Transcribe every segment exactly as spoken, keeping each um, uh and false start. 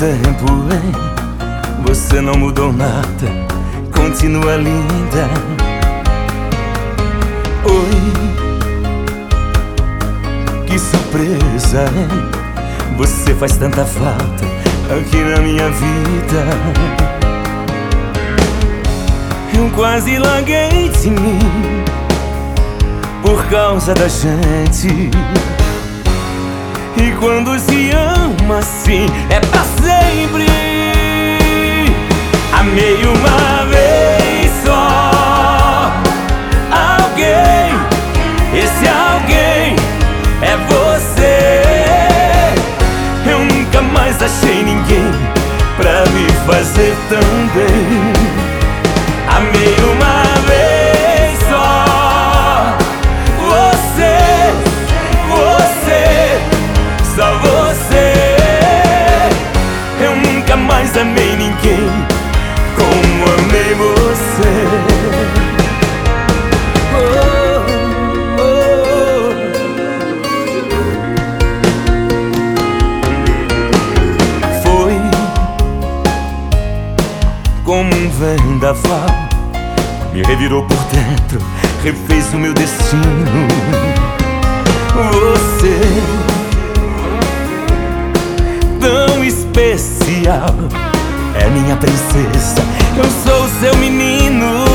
tempo, hein? Você não mudou nada, continua linda. Oi, que surpresa, hein? Você faz tanta falta aqui na minha vida. Eu quase larguei de mim por causa da gente. E quando se ama assim é pra sempre. Amei uma vez só alguém, esse alguém é você. Eu nunca mais achei ninguém pra me fazer tão bem. Amei uma vez só você, você, só você. Eu nunca mais amei ninguém como amei você. Oh, oh. Foi como um vendaval, me revirou por dentro, refez o meu destino. Você, tão especial, é minha princesa, eu sou seu menino.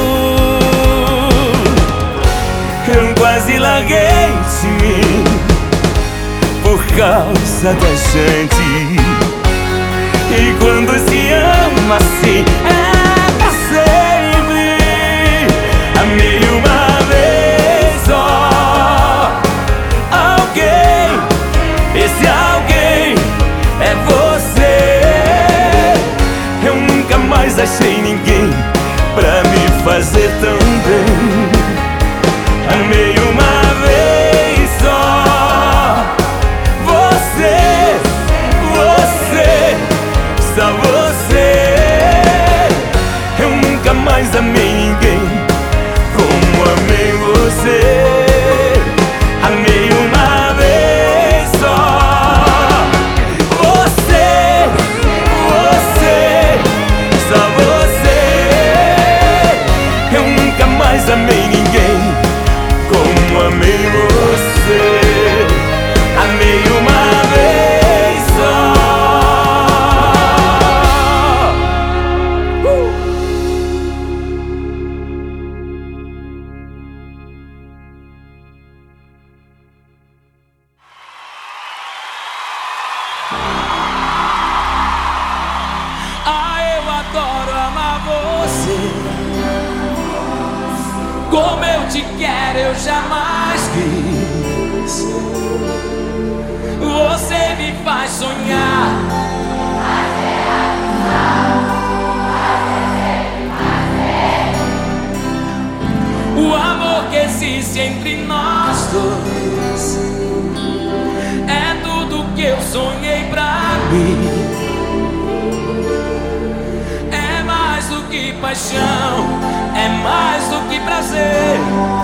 Eu quase larguei de mim por causa da gente. E quando se ama assim é pra sempre. Amei uma vez só alguém, esse alguém é você. Eu nunca mais achei ninguém pra me fazer tão bem. Amei uma vez só você, você, só você. Eu nunca mais amei ninguém como amei você. Amei uma vez só você, você, só você. Eu nunca mais amei ninguém como amei você. Amei uma vez só. uh! Ah, eu adoro amar você. Como eu te quero, eu jamais quis. Você me faz sonhar. O amor que existe entre nós dois é tudo que eu sonhei pra mim. É mais do que paixão, é mais do que prazer.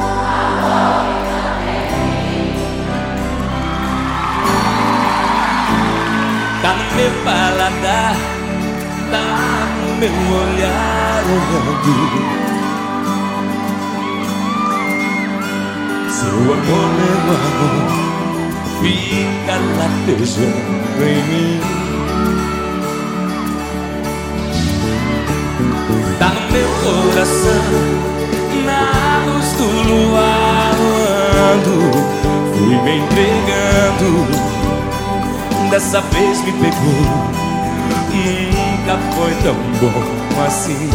Tá no meu paladar, tá no meu olhar olhando. Seu amor, meu amor, fica latejando em mim. Tá no meu coração, na luz do luar voando. Fui me entregando, dessa vez me pegou. Nunca foi tão bom assim.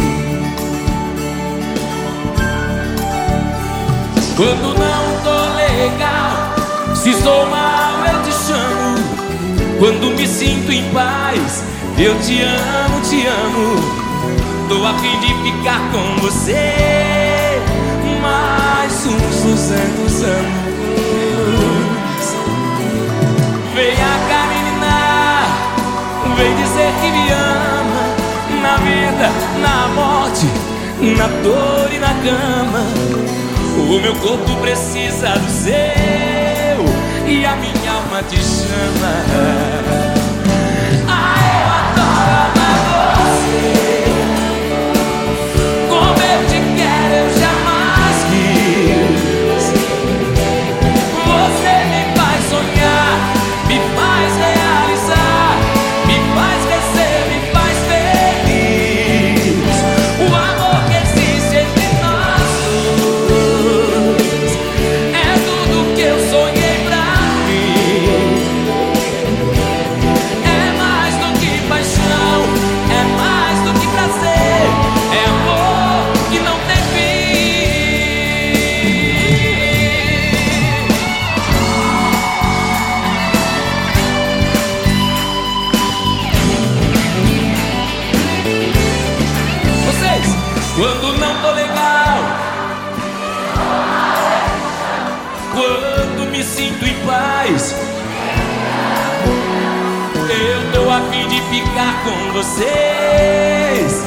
Quando não tô legal, se estou mal eu te chamo. Quando me sinto em paz, eu te amo, te amo. Tô a fim de ficar com você mais uns duzentos anos. Venha cá, menina, vem dizer que me ama. Na vida, na morte, na dor e na cama. O meu corpo precisa do seu e a minha alma te chama. Ah, eu adoro Quando não tô legal, quando me sinto em paz, eu tô a fim de ficar com vocês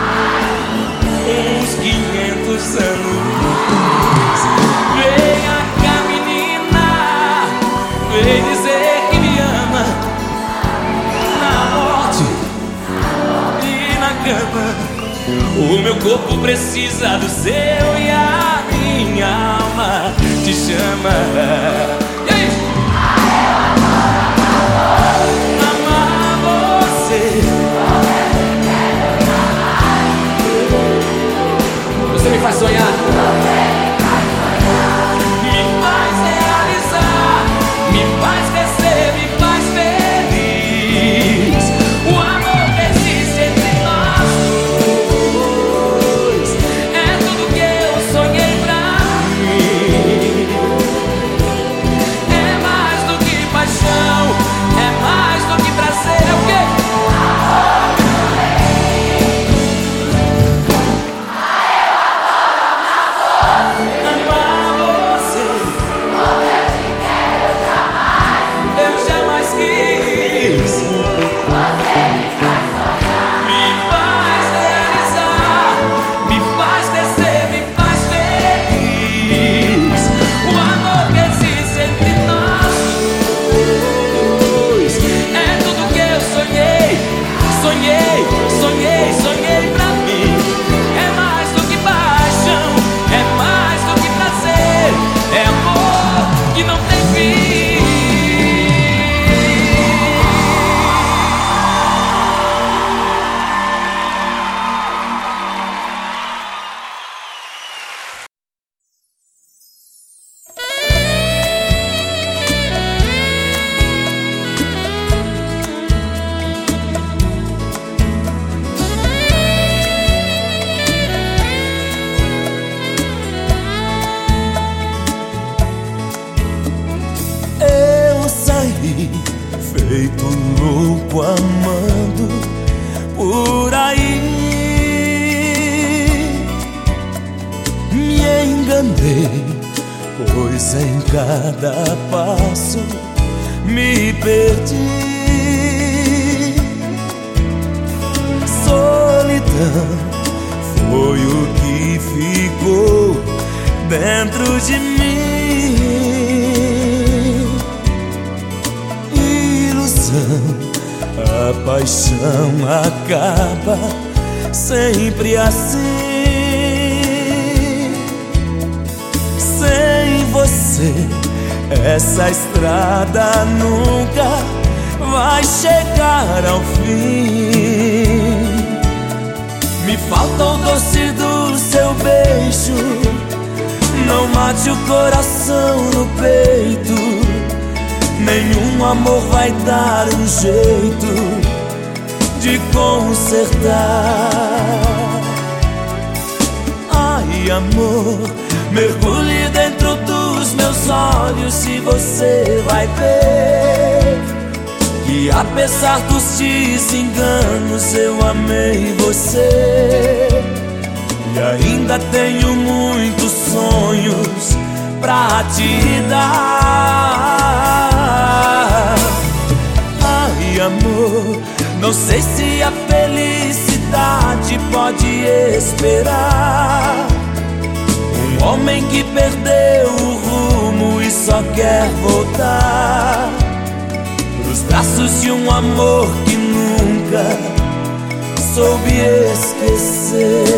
uns quinhentos anos. Venha cá, menina, vem dizer que me ama, na morte e na cama. O meu corpo precisa do seu e a minha alma te chama. E aí? Amar você. Você me faz sonhar. Me faz realizar, me faz crescer, me faz feliz. O amor que existe entre nós dois é tudo que eu sonhei pra mim. É mais do que paixão, é mais do que prazer. É o quê? Sonhei, sonhei pra mim. É mais do que paixão, é mais do que prazer. É amor que não tem fim. Feito louco amando por aí, me enganei, pois em cada passo me perdi. Solidão foi o que ficou dentro de mim. A paixão acaba sempre assim. Sem você, essa estrada nunca vai chegar ao fim. Me falta o doce do seu beijo, não mate o coração no peito. Nenhum amor vai dar um jeito de consertar. Ai, amor, mergulhe dentro dos meus olhos e você vai ver que apesar dos desenganos eu amei você. E ainda tenho muitos sonhos pra te dar. Ai, amor, não sei se a felicidade pode esperar um homem que perdeu o rumo e só quer voltar pros braços de um amor que nunca soube esquecer.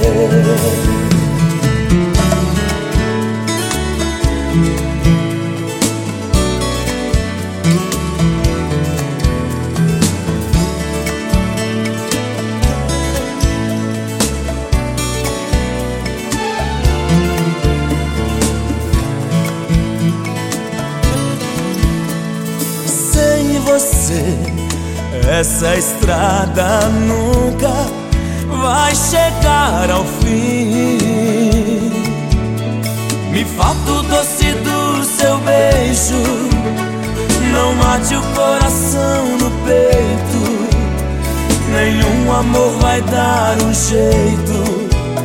Você, essa estrada nunca vai chegar ao fim. Me falta o doce do seu beijo, não mate o coração no peito. Nenhum amor vai dar um jeito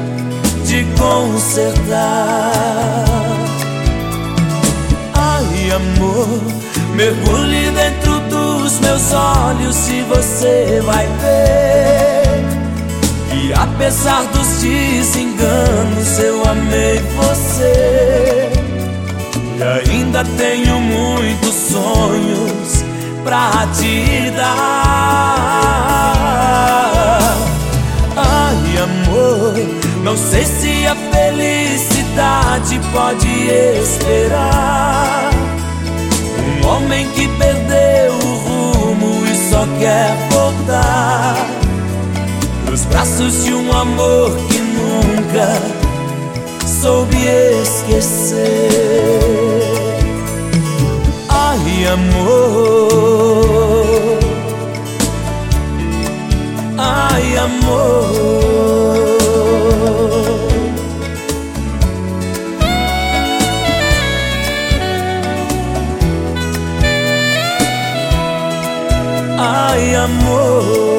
de consertar. Ai, amor, mergulhe dentro dos meus olhos e você vai ver que apesar dos desenganos eu amei você. E ainda tenho muitos sonhos pra te dar. Ai, amor, não sei se a felicidade pode esperar. Um homem que perdeu o rumo e só quer voltar nos braços de um amor que nunca soube esquecer. Ai, amor, ai, amor. Ai, amor.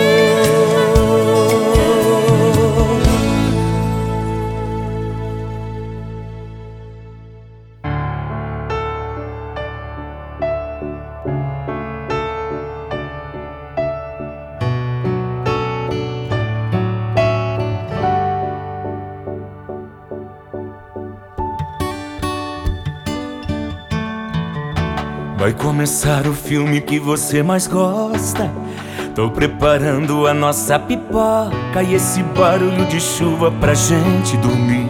Vai começar o filme que você mais gosta. Tô preparando a nossa pipoca e esse barulho de chuva pra gente dormir.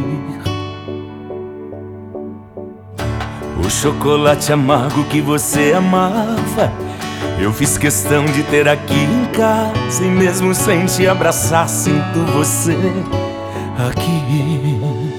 O chocolate amargo que você amava eu fiz questão de ter aqui em casa. E mesmo sem te abraçar, sinto você aqui.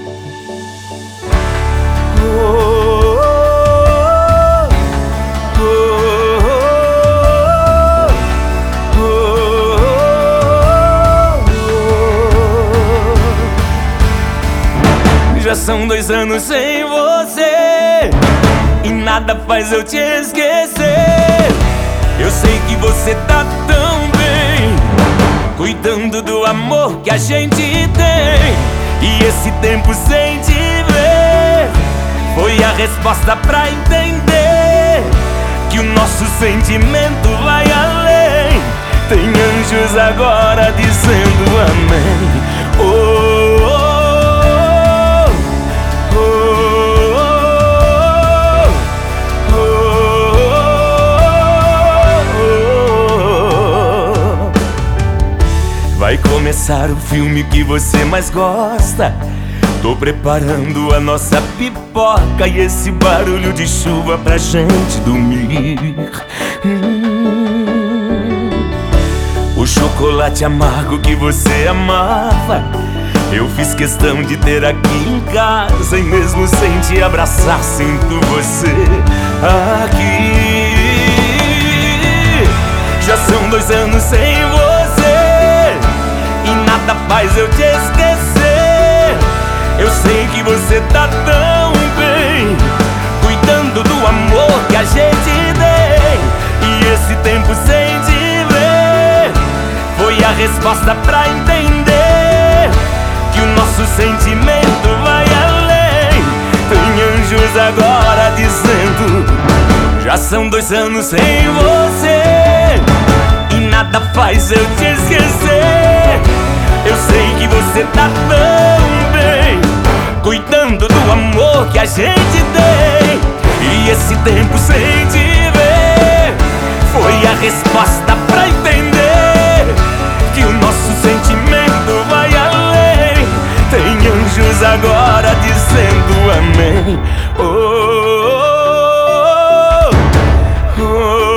Já são dois anos sem você e nada faz eu te esquecer. Eu sei que você tá tão bem, cuidando do amor que a gente tem. E esse tempo sem te ver foi a resposta pra entender que o nosso sentimento vai além. Tem anjos agora dizendo amém. Oh, oh. Vai começar o filme que você mais gosta. Tô preparando a nossa pipoca e esse barulho de chuva pra gente dormir. hum. O chocolate amargo que você amava eu fiz questão de ter aqui em casa. E mesmo sem te abraçar, sinto você aqui. Já são dois anos sem você e nada faz eu te esquecer. Eu sei que você tá tão bem, cuidando do amor que a gente tem. E esse tempo sem te ver foi a resposta pra entender que o nosso sentimento vai além. Tem anjos agora dizendo já são dois anos sem você e nada faz eu te esquecer. Eu sei que você tá tão bem, cuidando do amor que a gente tem. E esse tempo sem te ver foi a resposta pra entender que o nosso sentimento vai além. Tem anjos agora dizendo amém. Oh, oh, oh.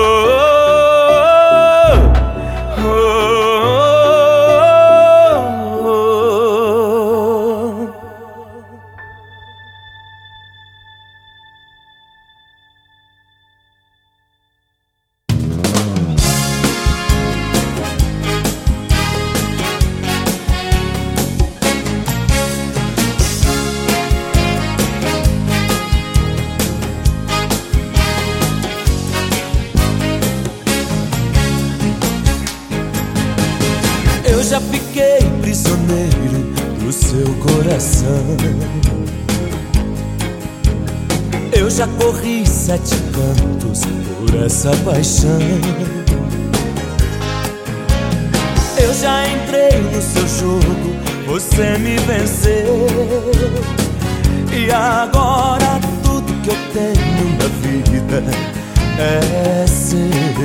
Eu já fiquei prisioneiro do seu coração. Eu já corri sete cantos por essa paixão. Eu já entrei no seu jogo, você me venceu. E agora tudo que eu tenho na vida é seu.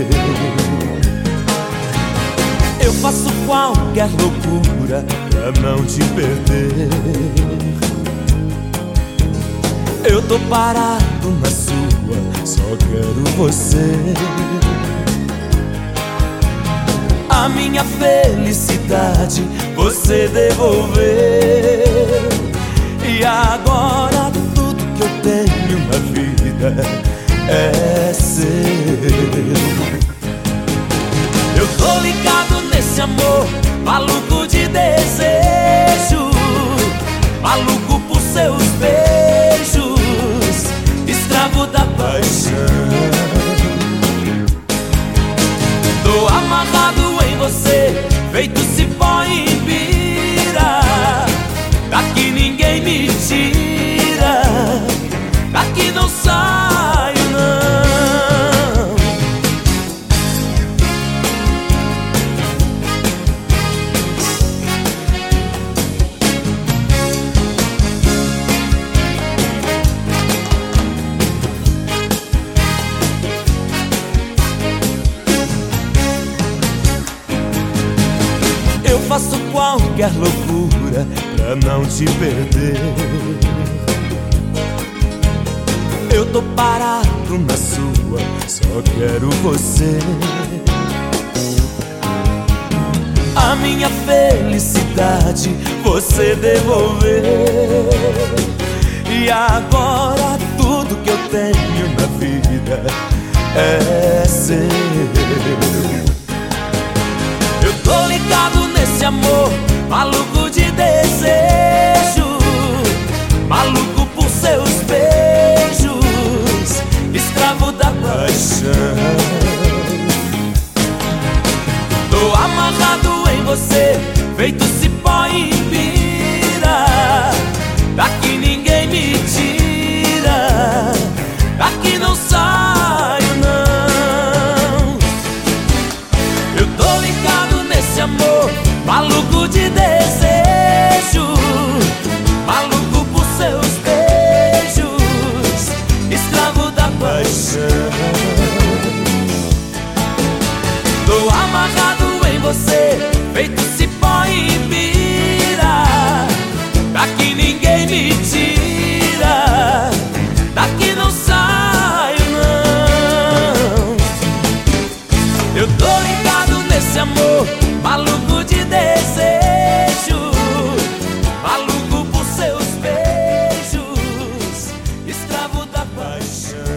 Eu faço qualquer loucura pra não te perder. Eu tô parado na sua, só quero você. A minha felicidade você devolveu. E agora tudo que eu tenho na vida é seu. Eu tô ligado nesse amor, maluco de desejo, maluco por seus beijos, escravo da paixão. Tô amarrado em você, feito cipó em pira. Daqui ninguém me tira, daqui não saio não. Eu faço qualquer loucura pra não te perder. Eu tô parado na sua, só quero você. A minha felicidade você devolveu. E agora tudo que eu tenho na vida é seu. Eu tô ligado nesse amor, maluco de desejo, maluco por seus beijos, escravo da paixão. Tô amarrado em você, feito cipó em pira. Daqui ninguém me tira, daqui não saio não. Eu tô ligado nesse amor, maluco de desejo, maluco por seus beijos, escravo da paixão. Tô amarrado em você, feito cipó em pira. Daqui ninguém me tira, daqui não saio não. Eu tô ligado nesse amor, maluco de desejo, maluco por seus beijos, escravo da paixão.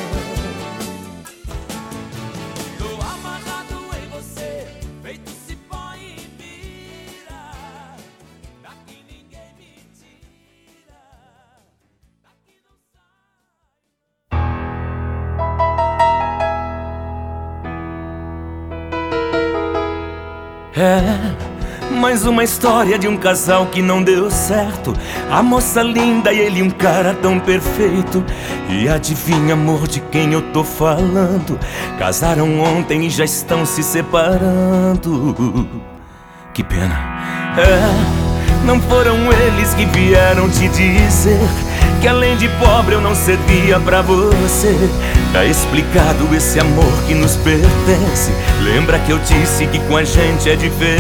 Tô amarrado em você, feito cipó em pira. Daqui ninguém me tira, daqui não sai. É mais uma história de um casal que não deu certo. A moça linda e ele um cara tão perfeito. E adivinha, amor, de quem eu tô falando? Casaram ontem e já estão se separando. Que pena. É, não foram eles que vieram te dizer que além de pobre eu não servia pra você. Tá explicado esse amor que nos pertence. Lembra que eu disse que com a gente é diferente?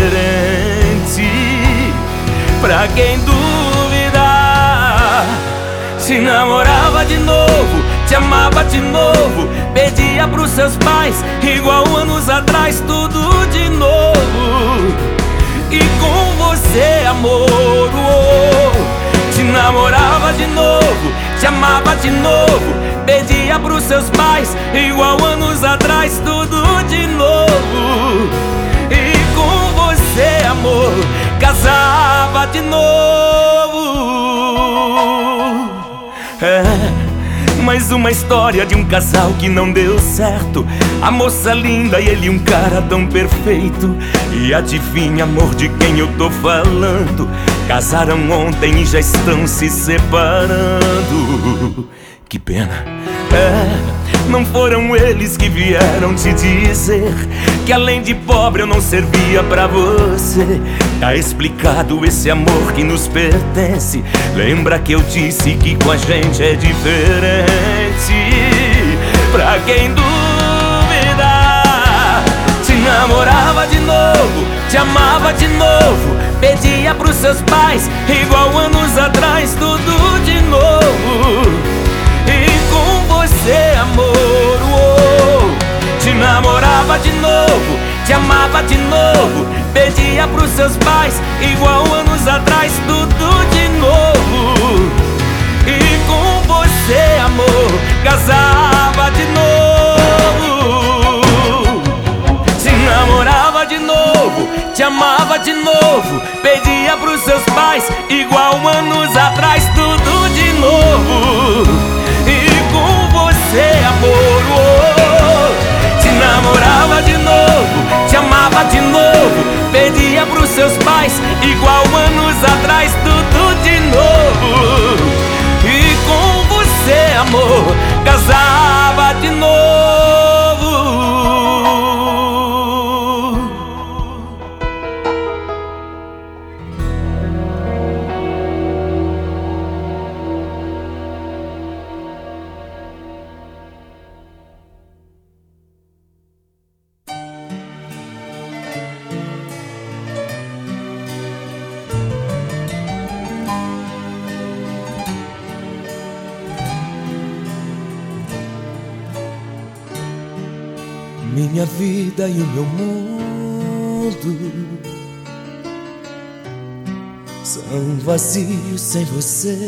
Pra quem duvidar, se namorava de novo, te amava de novo, pedia pros seus pais igual anos atrás, tudo de novo. E com você, amor, oh, te namorava de novo, te amava de novo, pedia pros seus pais igual anos atrás, tudo de novo. E com você, amor, casava de novo. É, mas uma história de um casal que não deu certo. A moça linda e ele um cara tão perfeito. E adivinha, amor, de quem eu tô falando? Casaram ontem e já estão se separando. Que pena. É, não foram eles que vieram te dizer que além de pobre eu não servia pra você. Tá explicado esse amor que nos pertence. Lembra que eu disse que com a gente é diferente. Pra quem duvida, te namorava de novo, te amava de novo, pedia pros seus pais igual anos atrás, tudo de novo. E com você, amor, oh, te namorava de novo, te amava de novo, pedia pros seus pais igual anos atrás, tudo de novo. E com você, amor, casava de novo. Te namorava de novo, te amava de novo, pedia pros seus pais igual anos atrás, tudo de novo. Com você, amor, oh, te namorava de novo, te amava de novo, pedia pros seus pais igual anos atrás, tudo de novo. E com você, amor, casava de novo. Minha vida e o meu mundo são vazios sem você.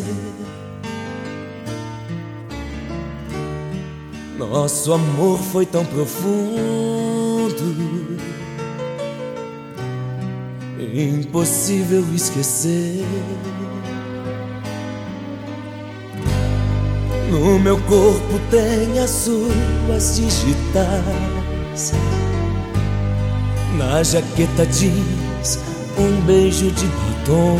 Nosso amor foi tão profundo, impossível esquecer. No meu corpo tem as suas digitais, na jaqueta jeans um beijo de batom.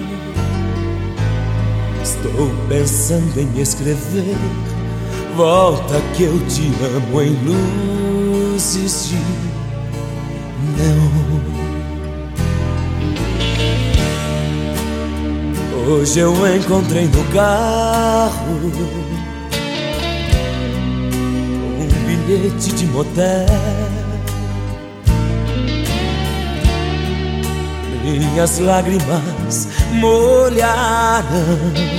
Estou pensando em escrever volta que eu te amo em luzes de neon. Hoje eu encontrei no carro um bilhete de motel. Minhas lágrimas molharam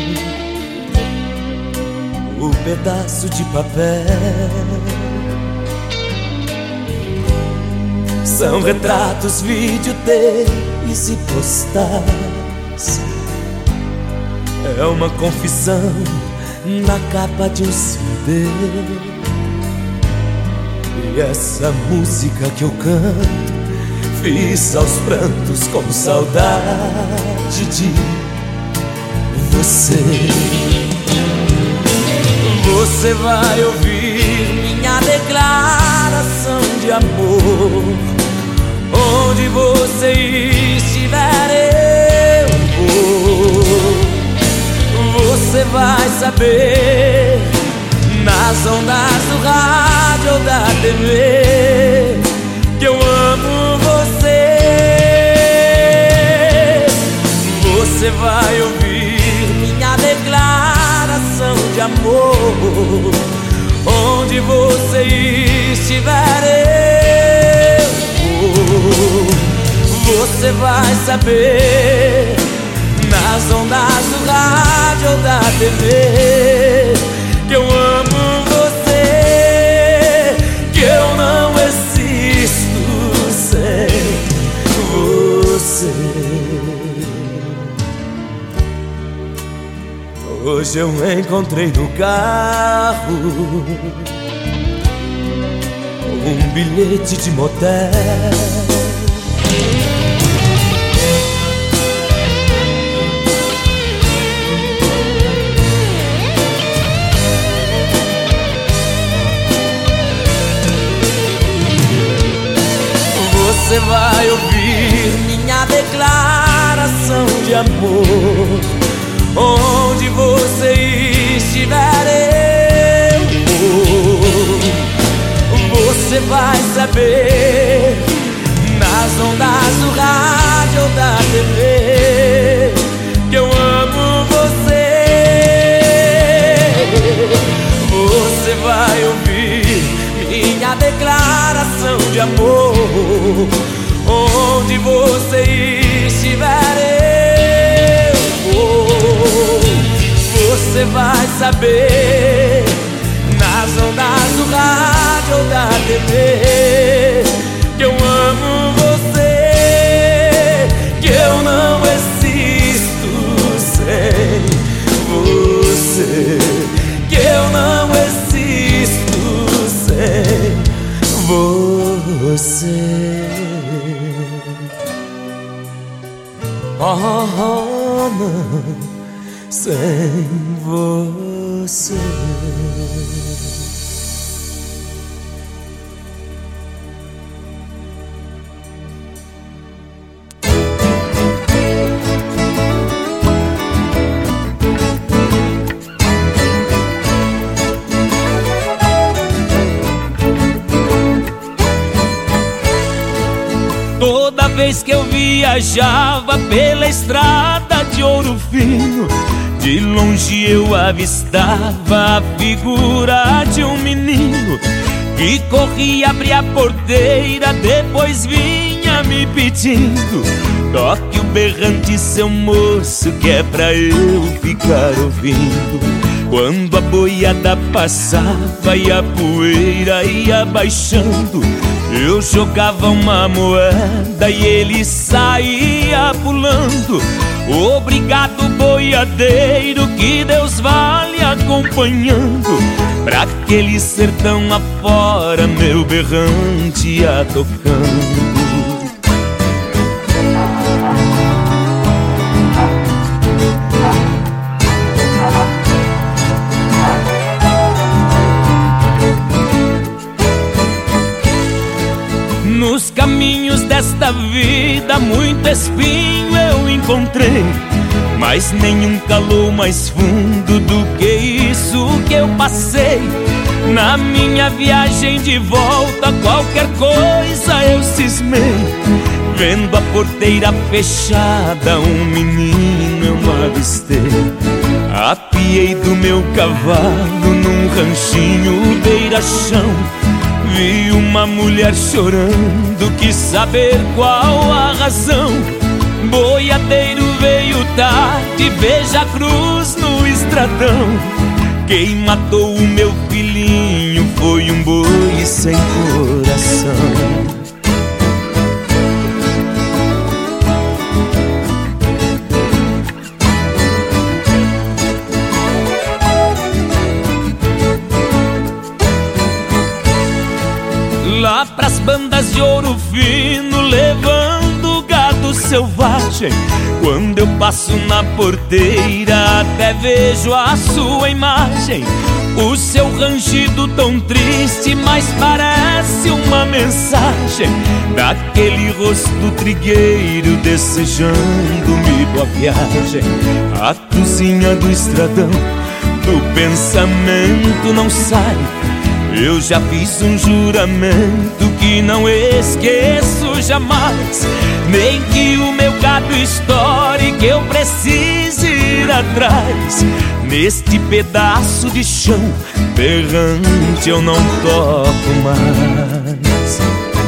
o pedaço de papel. São retratos, videotapes e postais. É uma confissão na capa de um C D. E essa música que eu canto fiz aos prantos com saudade de você. Você vai ouvir minha declaração de amor. Onde você estiver eu vou. Você vai saber nas ondas do rádio ou da T V que eu amo você. Você vai ouvir minha declaração de amor. Onde você estiver eu vou. Você vai saber nas ondas do rádio ou da T V que eu amo você, que eu não existo sem você. Hoje eu encontrei no carro um bilhete de motel. amor. Onde você estiver, eu vou. Você vai saber nas ondas do rádio ou da T V que eu amo você. Você vai ouvir minha declaração de amor. Onde você estiver, eu vou. Você vai saber nas ondas do rádio ou da T V que eu amo você, que eu não existo sem você, que eu não existo sem você. Oh, oh, não, sem você. Toda vez que eu viajava pela estrada de Ouro Fino, de longe eu avistava a figura de um menino que corria, abria a porteira, depois vinha me pedindo: toque o berrante, seu moço, que é pra eu ficar ouvindo. Quando a boiada passava e a poeira ia baixando, eu jogava uma moeda e ele saía pulando. Obrigado, boiadeiro, que Deus vá lhe acompanhando. Pra aquele sertão afora, meu berrante ia tocando. Nos caminhos desta vida muito espinho eu encontrei, mas nenhum calou mais fundo do que isso que eu passei. Na minha viagem de volta qualquer coisa eu cismei, vendo a porteira fechada um menino eu avistei. Apiei do meu cavalo num ranchinho beira-chão, vi uma mulher chorando, quis saber qual a razão. Boiadeiro veio tarde, veja a cruz no estradão. Quem matou o meu filhinho foi um boi sem coração. Lá pras bandas de Ouro Fino, levando gado selvagem, quando eu passo na porteira até vejo a sua imagem. O seu rangido tão triste, mas parece uma mensagem daquele rosto trigueiro desejando-me boa viagem. A cozinha do estradão do pensamento não sai. Eu já fiz um juramento que não esqueço jamais, nem que o meu gado estoure, que eu precise ir atrás. Neste pedaço de chão berrante eu não toco mais.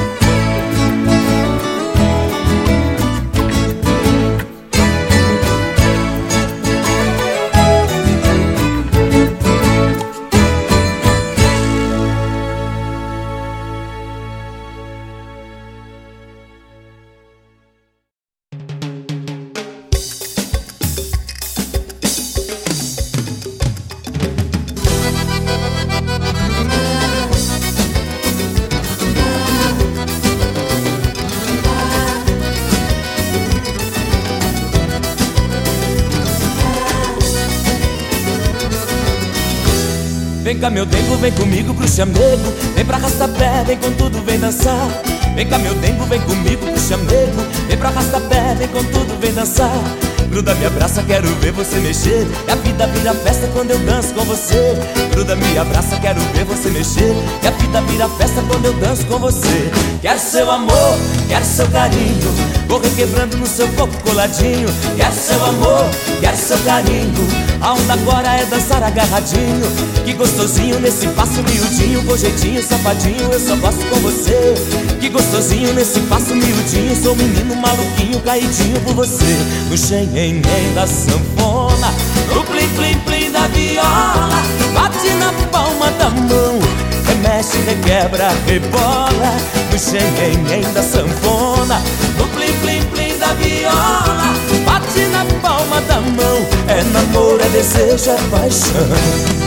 Vem cá meu tempo, vem comigo pro chamego, vem pra arrasta-pé, vem com tudo, vem dançar. Vem cá meu tempo, vem comigo pro chamego, vem pra arrasta-pé, vem com tudo, vem dançar. Gruda, me abraça, quero ver você mexer. E a vida vira festa quando eu danço com você. Gruda, me abraça, quero ver você mexer. E a vida vira festa quando eu danço com você. Quero seu amor, quero seu carinho, vou requebrando no seu corpo coladinho. Quero seu amor, quero seu carinho, a onda agora é dançar agarradinho. Que gostosinho nesse passo miudinho, com jeitinho safadinho, eu só gosto com você. Que gostosinho nesse passo miudinho, sou menino maluquinho, caidinho por você. No xenhenhen da sanfona, no plim plim plim da viola, bate na palma da mão, remexe, requebra, rebola. No xenhenhen da sanfona, no plim plim plim da viola, bate na palma da mão. É namoro, é desejo, é paixão.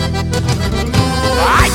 Ai!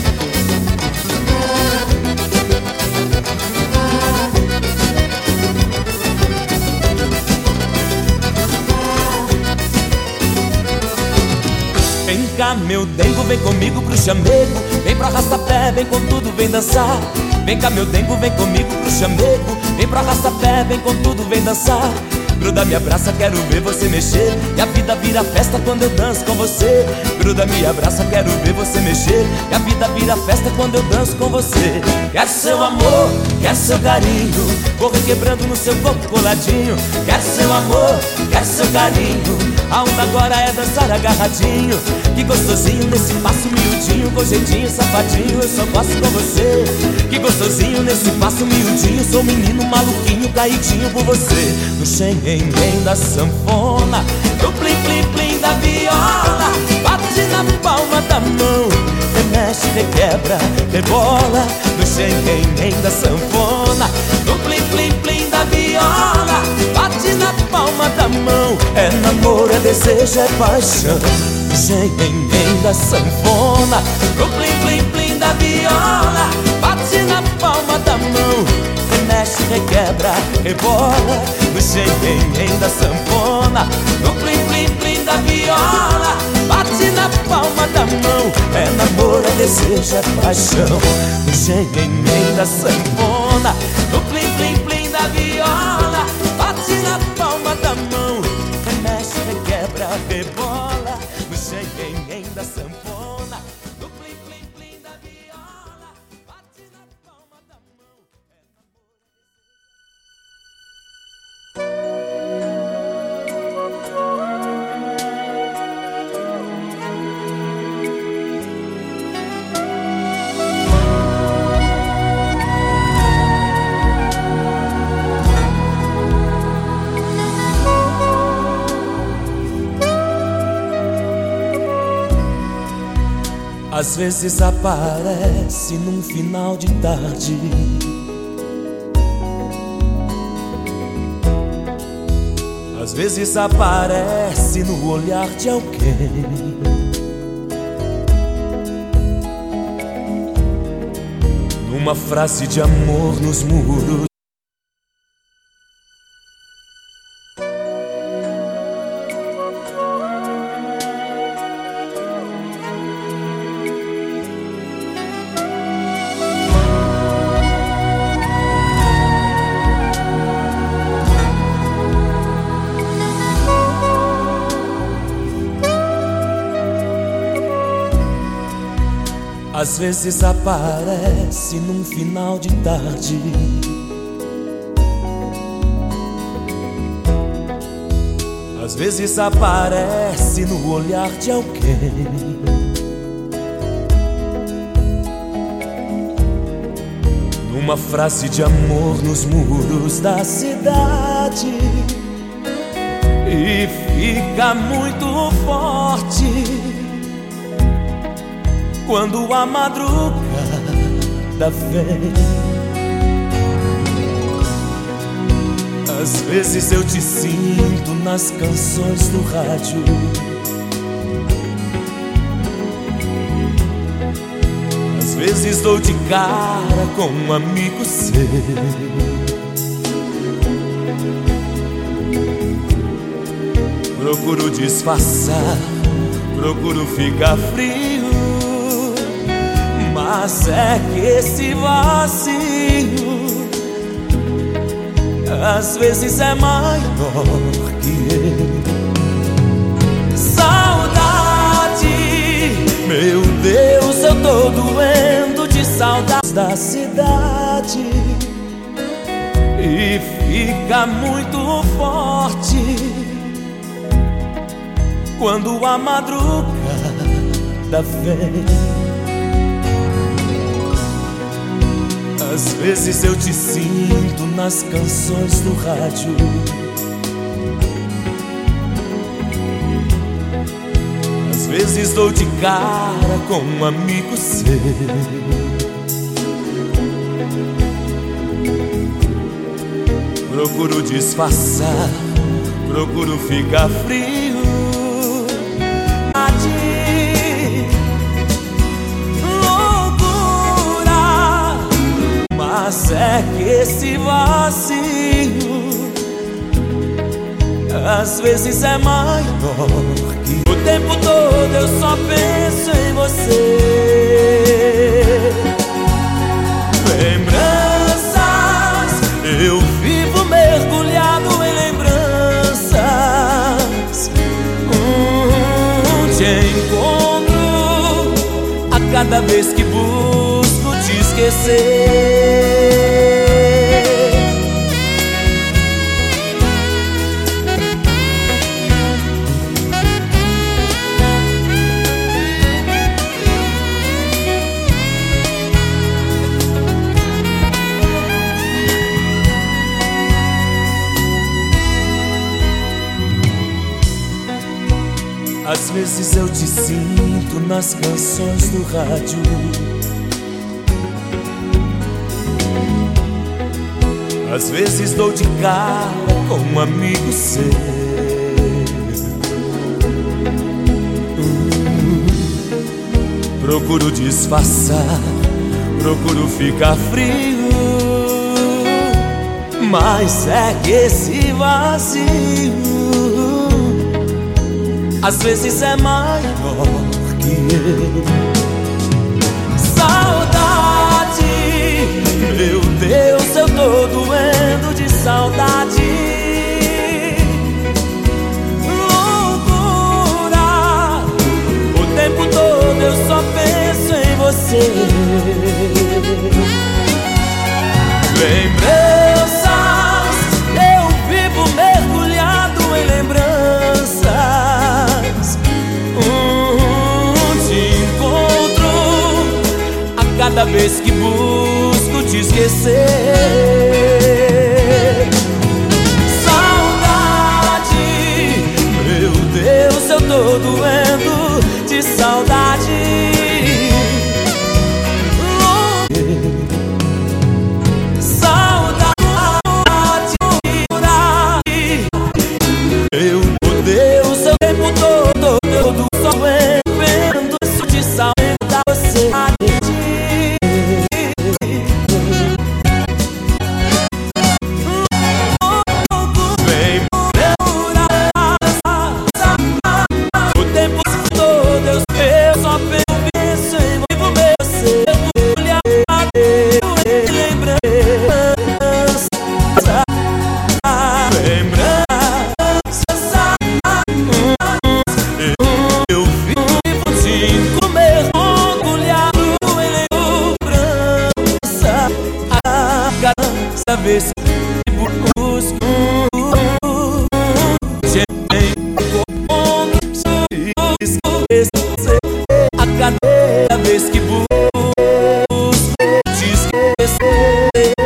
Vem cá, meu dengo, vem comigo pro chamego. Vem pro arrasta-pé, vem com tudo, vem dançar. Vem cá, meu dengo, vem comigo pro chamego. Vem pro arrasta-pé, vem com tudo, vem dançar. Gruda, me abraça, quero ver você mexer. E a vida vira festa quando eu danço com você. Gruda, me abraça, quero ver você mexer. E a vida vira festa quando eu danço com você. Quero seu amor, quero seu carinho, vou requebrando no seu corpo coladinho. Quero seu amor, quero seu carinho, a onda agora é dançar agarradinho. Que gostosinho nesse passo miudinho, com jeitinho safadinho, eu só gosto com você. Que gostosinho nesse passo miudinho, sou menino maluquinho, caidinho por você. No xenhenhen da sanfona, no plim plim plim da viola, bate na palma da mão, remexe, requebra, rebola. No xenhenhen da sanfona, no plim plim plim da viola, bate na palma da mão. É namoro, é desejo, é paixão. No xenhenhen da sanfona, no plim plim plim da viola, bate na palma da mão, remexe, requebra, rebola. No xenhenhen da sanfona, no plim plim plim da viola, bate na palma da mão. É namoro, é desejo, é paixão. No xenhenhen da sanfona, no plim plim plim da viola, bate na palma da mão, remexe, requebra, rebola. No xenhenhen da sanfona, no plim plim plim da viola, bate na palma da mão. Às vezes aparece num final de tarde, às vezes aparece no olhar de alguém, numa frase de amor nos muros. Às vezes aparece num final de tarde, às vezes aparece no olhar de alguém, numa frase de amor nos muros da cidade, e fica muito forte quando a madrugada vem. Às vezes eu te sinto nas canções do rádio, às vezes dou de cara com um amigo seu, procuro disfarçar, procuro ficar frio, mas é que esse vazio às vezes é maior que eu. Saudade, meu Deus, eu tô doendo de saudades da cidade. E fica muito forte quando a madrugada vem. Às vezes eu te sinto nas canções do rádio. Às vezes dou de cara com um amigo seu. Procuro disfarçar, procuro ficar frio. Loucura, mas é que esse vazio às vezes é maior que o tempo todo eu só penso em você. Lembranças, eu vivo mergulhado em lembranças. Hum, te encontro a cada vez que busco te esquecer. Às vezes eu te sinto nas canções do rádio. Às vezes dou de cara com um amigo seu. hum, Procuro disfarçar, procuro ficar frio. Mas é que esse vazio às vezes é maior que eu. Saudade, meu Deus, eu tô doendo de saudade. Loucura, o tempo todo eu só penso em você. Lembranças, eu vivo mergulhado em lembranças. Cada vez que busco te esquecer. Saudade, meu Deus, eu tô doendo de saudade. Saudade, meu Deus, eu o tempo todo, todo só vendo isso de saudade da você. Cada vez que busco te encontro e esquecer. A cada vez que busco te esquecer.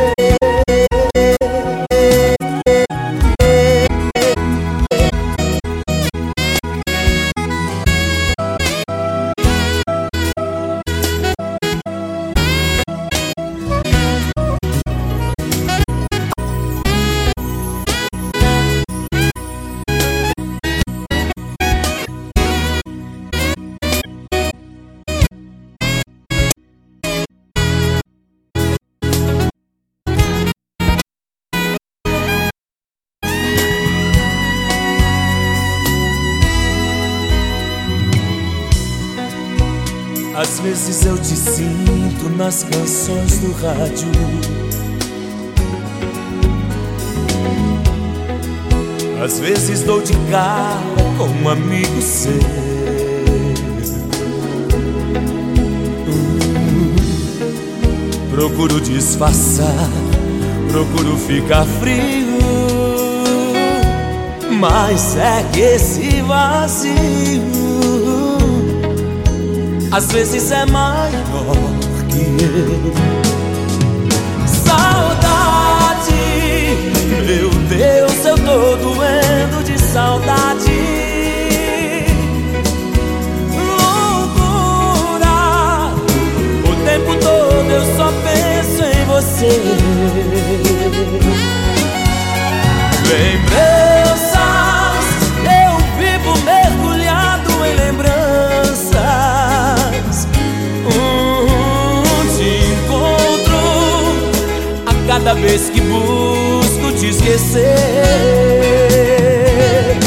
Às vezes eu te sinto nas canções do rádio. às vezes dou de cara com um amigo seu. hum, Procuro disfarçar, procuro ficar frio, mas é que esse vazio às vezes é maior que eu. Saudade, meu Deus, eu tô doendo de saudade. Loucura, o tempo todo eu só penso em você. Lembranças, eu vivo mergulhado em lembranças. hum, Te encontro a cada vez que busco te esquecer.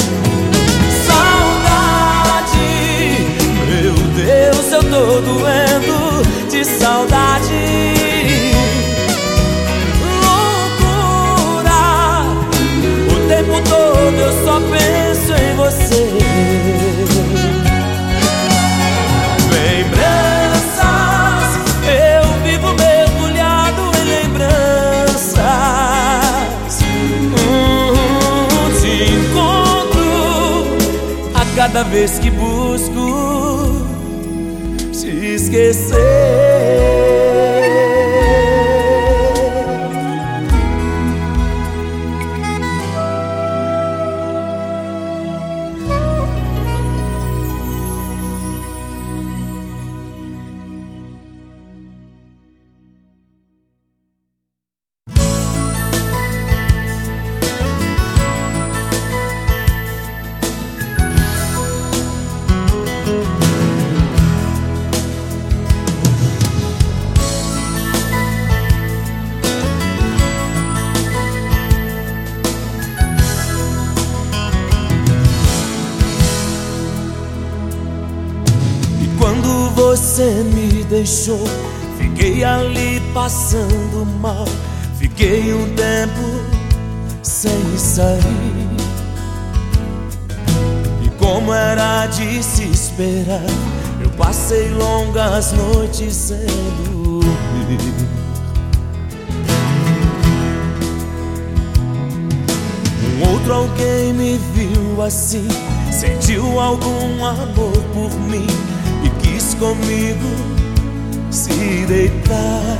Saudade, meu Deus, eu tô doendo de saudade. Loucura, o tempo todo eu só penso em você. Lembranças, eu vivo mergulhado em lembranças. hum, Te encontro a cada vez que busco te esquecer. Quando você me deixou, fiquei ali passando mal. Fiquei um tempo sem sair, e como era de se esperar, eu passei longas noites sem dormir. Um outro alguém me viu assim, sentiu algum amor por mim e quis comigo se deitar.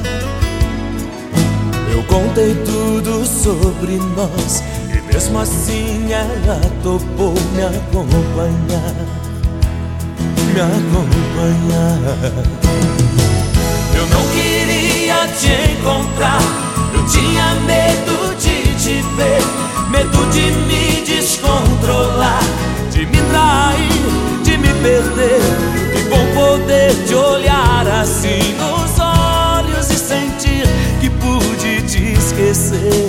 Eu contei tudo sobre nós e mesmo assim ela topou me acompanhar, me acompanhar. Eu não queria te encontrar, eu tinha medo de te ver, medo de me descontrolar, de me trair, de me perder. Que bom poder te olhar assim nos olhos e sentir que pude te esquecer.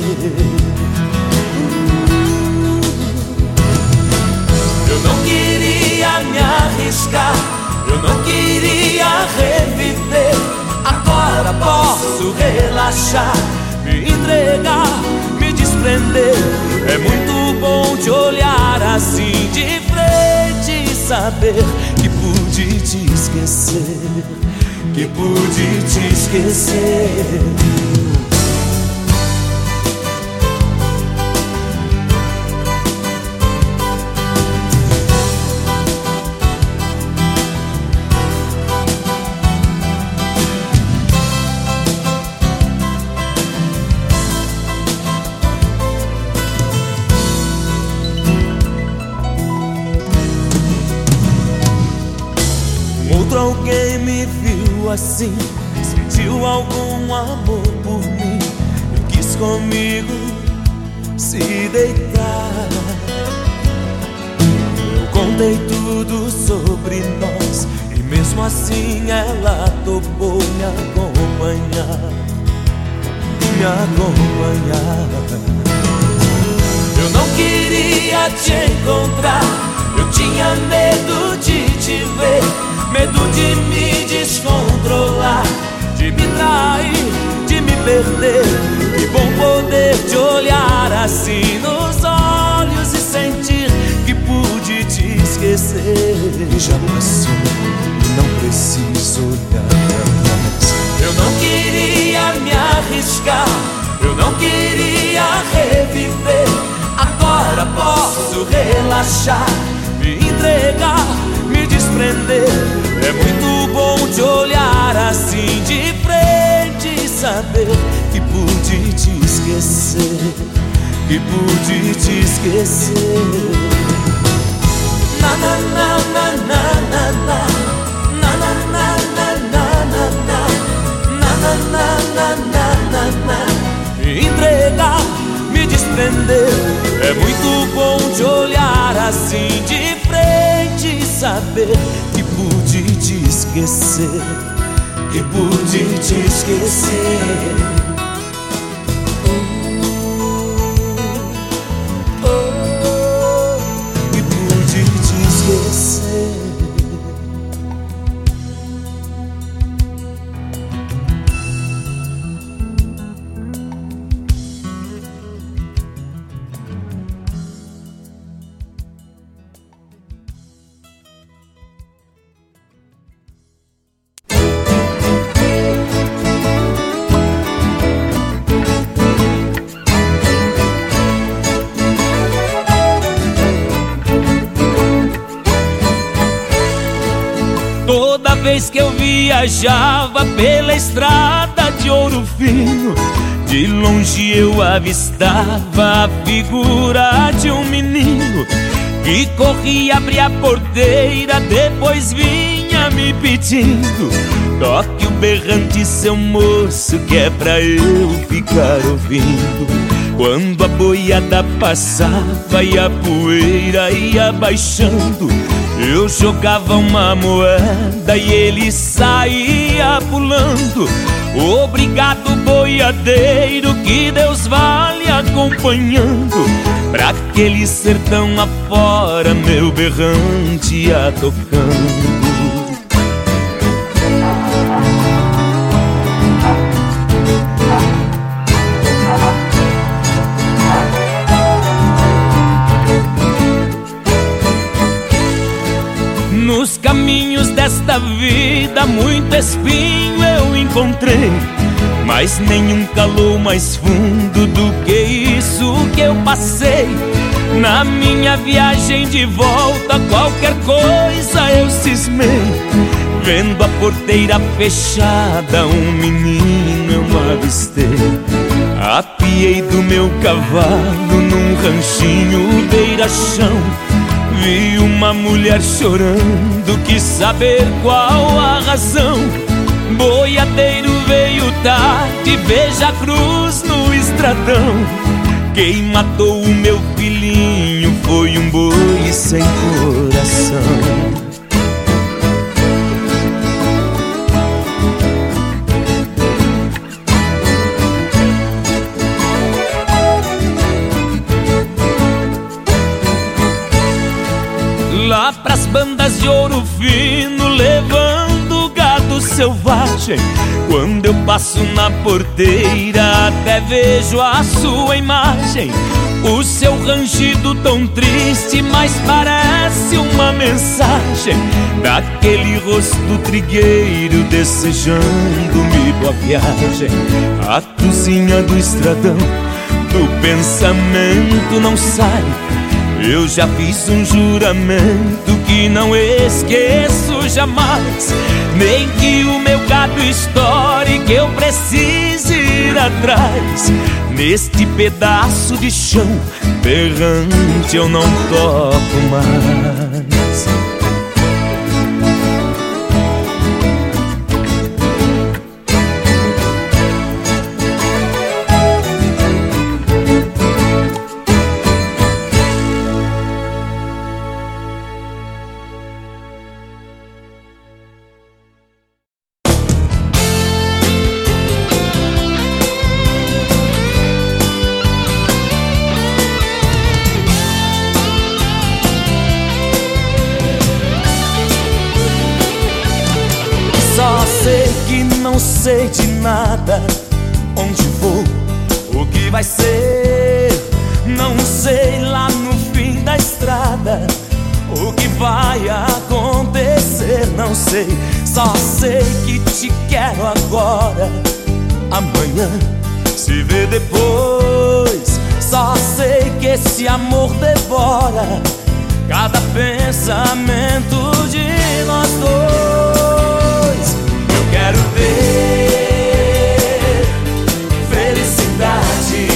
Eu não queria me arriscar, eu não queria reviver. Agora posso relaxar, me entregar, me desprender. É muito bom te olhar assim de frente e saber que pude te esquecer, que pude te esquecer. Outro alguém me viu assim, sentiu algum amor por mim e quis comigo se deitar. Eu contei tudo sobre nós e mesmo assim ela topou me acompanhar, me acompanhar. Eu não queria te encontrar, eu tinha medo de te ver, medo de me descontrolar, de me trair, de me perder. Que bom poder te olhar assim nos olhos esquecer. Já passou e não preciso olhar pra trás. Eu não queria me arriscar, eu não queria reviver. Agora posso relaxar, me entregar, me desprender. É muito bom te olhar assim de frente e saber que pude te esquecer, que pude te esquecer. Na na na na na na na, na na na na na na, na na na na na. Me entregar, me desprender. É muito bom te olhar assim de frente e saber que pude te esquecer, que pude te esquecer. Toda vez que eu viajava pela estrada de Ouro Fino, de longe eu avistava a figura de um menino que corria, abria a porteira, depois vinha me pedindo: toque o berrante, seu moço, que é pra eu ficar ouvindo. Quando a boiada passava e a poeira ia baixando, eu jogava uma moeda e ele saía pulando. Obrigado, boiadeiro, que Deus vale acompanhando. Pra aquele sertão afora, meu berrante ia tocando. Nos caminhos desta vida muito espinho eu encontrei, mas nenhum calou mais fundo do que isso que eu passei. Na minha viagem de volta qualquer coisa eu cismei, vendo a porteira fechada um menino eu avistei. Apiei do meu cavalo num ranchinho beira-chão, vi uma mulher chorando, quis saber qual a razão. Boiadeiro veio tarde, veja a cruz no estradão. Quem matou o meu filhinho foi um boi sem coração. Lá pras bandas de Ouro Fino, levando gado selvagem, quando eu passo na porteira até vejo a sua imagem. O seu rangido tão triste, mas parece uma mensagem daquele rosto trigueiro desejando-me boa viagem. A cozinha do estradão do pensamento não sai. Eu já fiz um juramento que não esqueço jamais, nem que o meu gado estoure, que eu precise ir atrás. Neste pedaço de chão berrante eu não toco mais. Não sei de nada, onde vou, o que vai ser. Não sei lá no fim da estrada o que vai sei, só sei que te quero agora. Amanhã se vê depois. Só sei que esse amor devora cada pensamento de nós dois. Eu quero ter felicidade.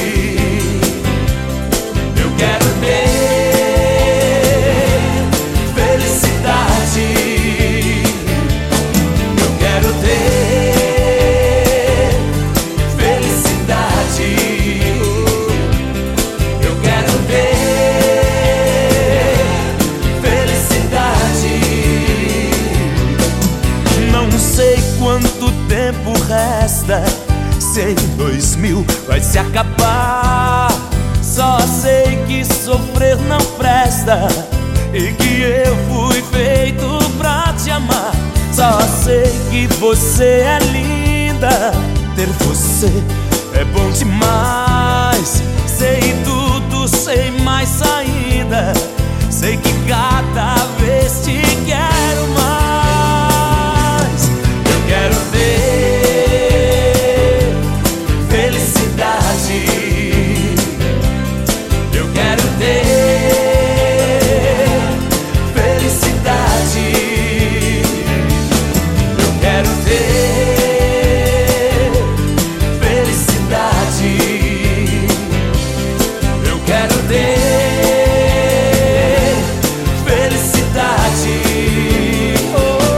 Eu quero ter felicidade. Eu quero ter felicidade. Eu quero ter felicidade. Não sei quanto tempo resta, se em dois mil vai se acabar. Só sei que sofrer não presta e que eu fui feito pra te amar. Só sei que você é linda, ter você é bom demais. Sei tudo, sei mais ainda. Sei que cada vez te quero mais. Eu quero ter felicidade. Eu quero ter felicidade. Eu quero ter felicidade. Eu quero ter felicidade. Oh.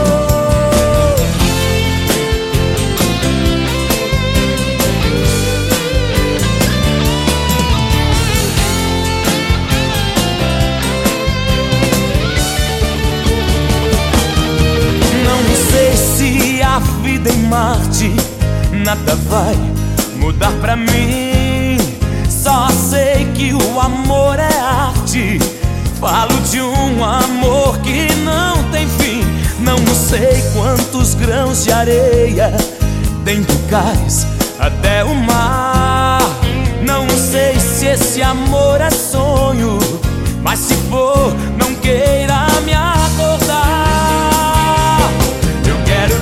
Não sei se a vida em Marte nada vai mudar pra mim. Só sei que o amor é arte. Falo de um amor que não tem fim. Não sei quantos grãos de areia tem do cais até o mar. Não sei se esse amor é sonho, mas se for, não queira me acordar. Eu quero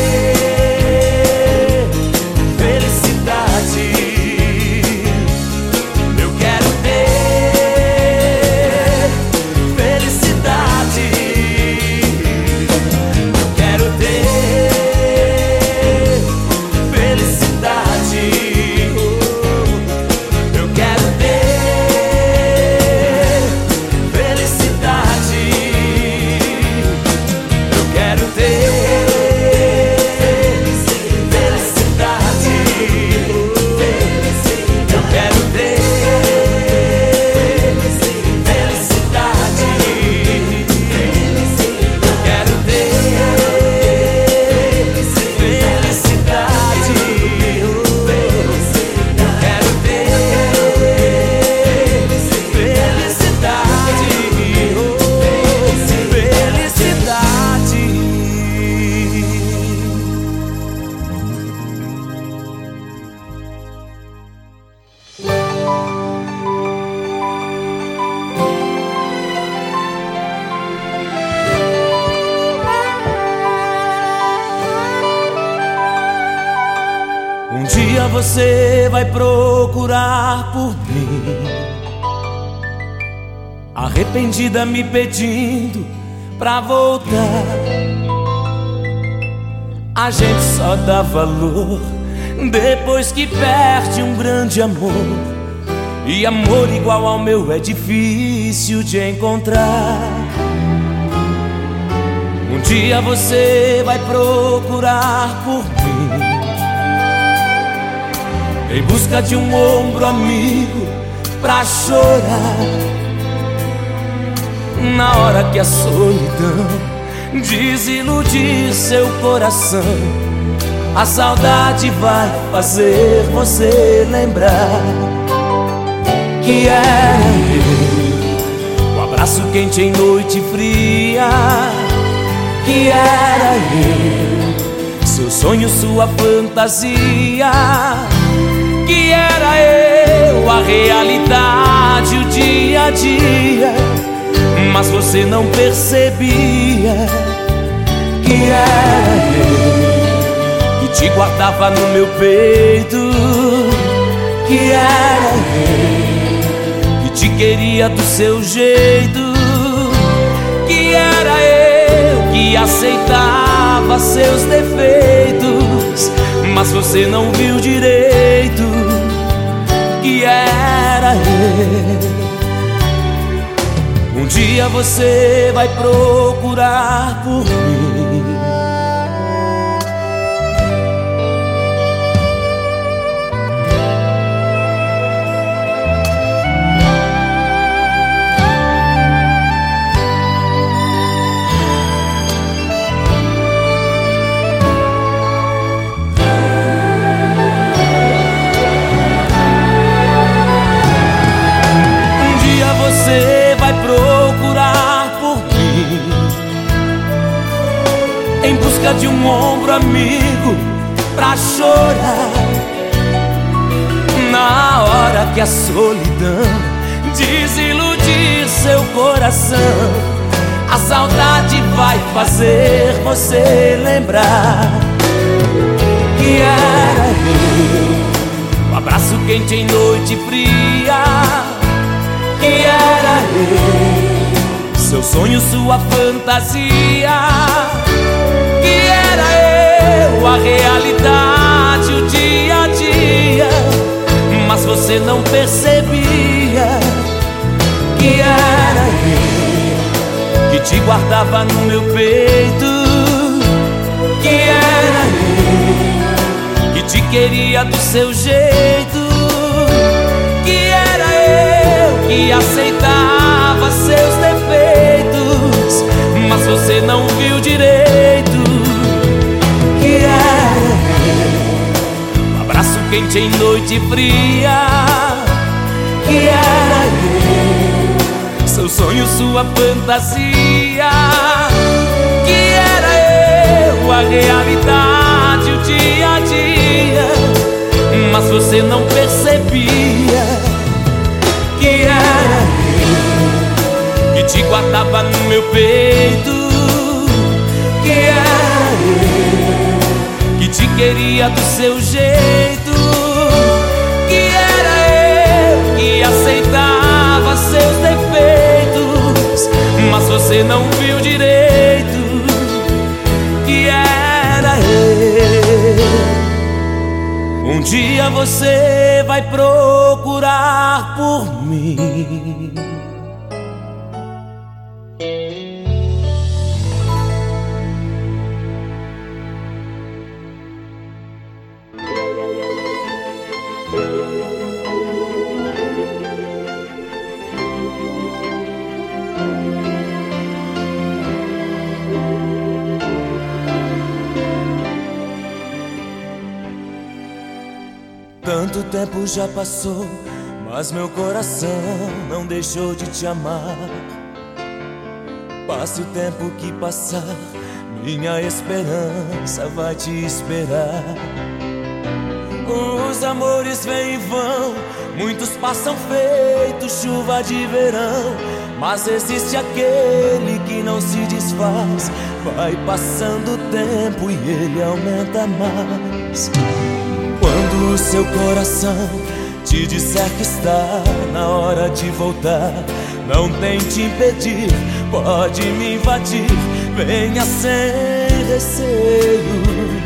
ter felicidade. Eu quero ter felicidade. Eu quero ter felicidade. Eu quero ter felicidade. Eu quero ter felicidade. Eu quero ter felicidade. Eu quero ter felicidade. Eu quero ter felicidade. Um dia você vai procurar por mim, arrependida me pedindo pra voltar. A gente só dá valor depois que perde um grande amor. E amor igual ao meu é difícil de encontrar. Um dia você vai procurar por mim, em busca de um ombro amigo pra chorar. Na hora que a solidão desiludir seu coração, a saudade vai fazer você lembrar que era eu, o abraço quente em noite fria. Que era eu, seu sonho, sua fantasia. Que era eu, a realidade, o dia a dia. Mas você não percebia que era eu, que te guardava no meu peito, que era eu, que te queria do seu jeito, que era eu, que aceitava seus defeitos, mas você não viu direito, que era eu. Um dia você vai procurar por mim. Um dia você vai procurar por mim, em busca de um ombro amigo pra chorar, na hora que a solidão desiludir seu coração. A saudade vai fazer você lembrar que era eu, o abraço quente em noite fria, que era eu, seu sonho, sua fantasia, que era eu, a realidade, o dia a dia, mas você não percebia que era eu, que te guardava no meu peito, que era eu, que te queria do seu jeito, que era eu, que aceitava seus defeitos, mas você não viu direito, que era eu, um abraço quente em noite fria, que era eu, seu sonho, sua fantasia, que era eu, a realidade, o dia a dia, mas você não percebia que era eu, que te guardava no meu peito, que era eu, que te queria do seu jeito, que era eu, que aceitava seus defeitos, mas você não viu direito que era eu. Um dia você vai procurar por mim. Tanto tempo já passou, mas meu coração não deixou de te amar. Passe o tempo que passar, minha esperança vai te esperar. Os amores vêm e vão, muitos passam feito chuva de verão, mas existe aquele que não se desfaz. Vai passando o tempo e ele aumenta mais. Quando o seu coração te disser que está na hora de voltar, não tente impedir, pode me invadir, venha sem receio.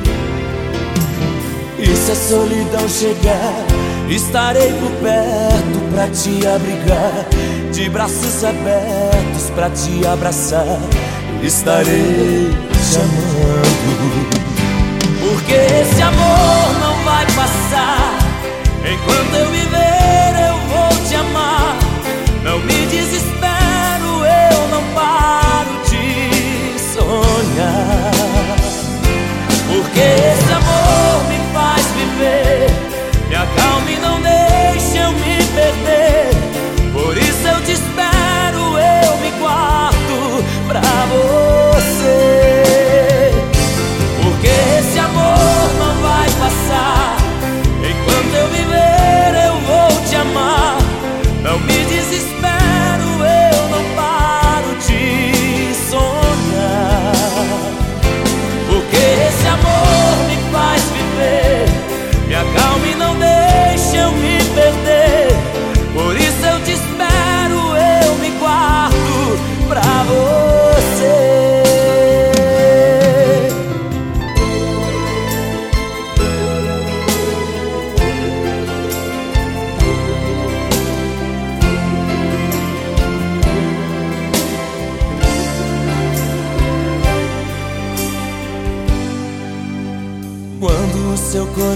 E se a solidão chegar, estarei por perto pra te abrigar, de braços abertos pra te abraçar, estarei te amando. Porque esse amor não vai passar, enquanto eu viver eu vou te amar. Não me desespero, eu não paro de sonhar. Porque esse amor me faz viver, me acalma e não deixa eu me perder. Por isso eu te espero, eu me guardo pra você. Porque esse amor não vai passar, enquanto eu viver eu vou te amar.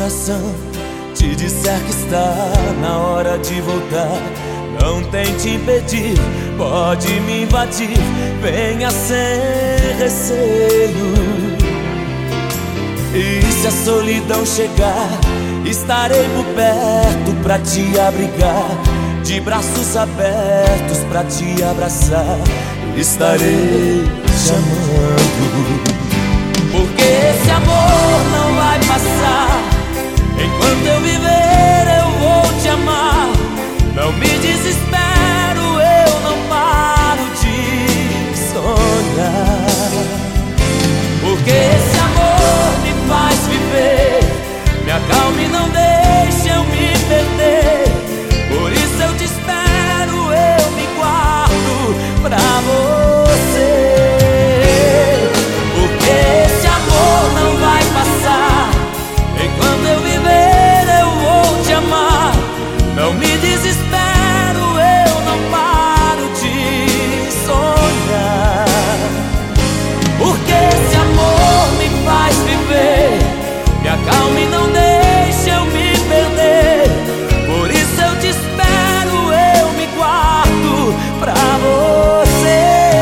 coração te disser que está na hora de voltar, não tente impedir, pode me invadir, venha sem receio. E se a solidão chegar, estarei por perto pra te abrigar, de braços abertos pra te abraçar, estarei chamando. Porque esse amor não vai passar, enquanto eu viver eu vou te amar. Não me desespero, eu não paro de sonhar. Porque esse amor me faz viver, me acalma e não deixa eu me perder. Por isso eu te espero, eu me guardo pra você. Porque esse amor não vai passar, enquanto eu viver eu vou te amar. Não me desespero, eu não paro de sonhar. Porque esse amor me faz viver, me acalma e não deixa eu me perder. Por isso eu te espero, eu me guardo pra você.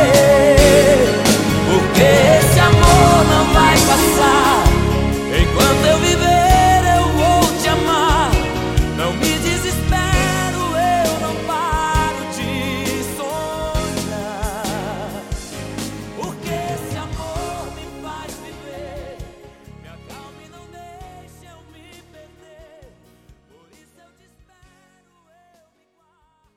Porque esse amor não vai passar, enquanto eu viver eu vou te amar. Não me desespero, eu não paro de sonhar. Porque esse amor me faz viver, me acalma e não deixa eu me perder. Por isso eu te espero, eu me guardo.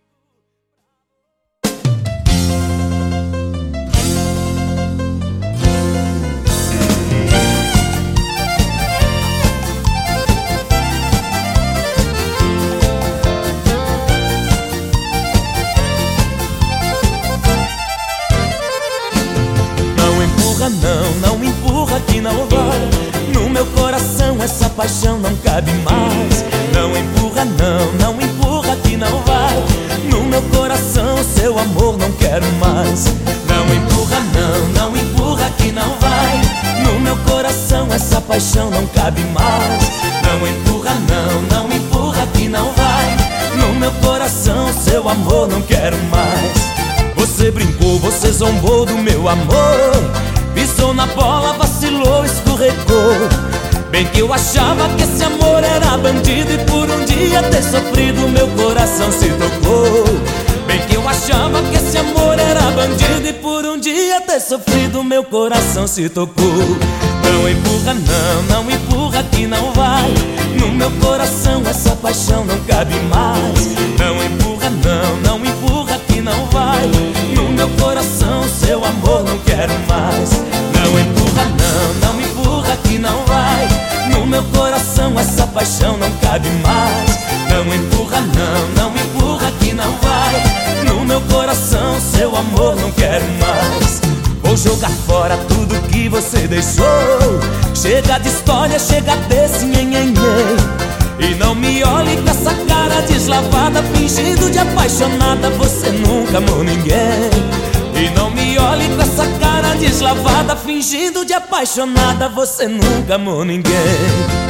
Não empurra não, não empurra que não vai. No meu coração essa paixão não cabe mais. Não empurra não, não empurra que não vai. No meu coração seu amor não quero mais. Não empurra não, não empurra que não vai. No meu coração essa paixão não cabe mais. Não empurra não, não empurra que não vai. No meu coração seu amor não quero mais. Você brincou, você zombou do meu amor, pisou na bola, vacilou, escorregou. Bem que eu achava que esse amor era bandido, e por um dia ter sofrido meu coração se tocou. Bem que eu achava que esse amor era bandido, e por um dia ter sofrido meu coração se tocou. Não empurra não, não empurra que não vai. No meu coração essa paixão não cabe mais. Não empurra não, não empurra que não vai. No meu coração seu amor não quero mais. Não empurra não, não empurra que não vai. No meu coração essa paixão não cabe mais. Não empurra não, não empurra que não vai. No meu coração seu amor não quero mais. Vou jogar fora tudo que você deixou. Chega de história, chega desse nhenhenhê. E não me olhe com essa cara deslavada, fingindo de apaixonada, você nunca amou ninguém. E não me olhe com essa cara deslavada, fingindo de apaixonada, você nunca amou ninguém.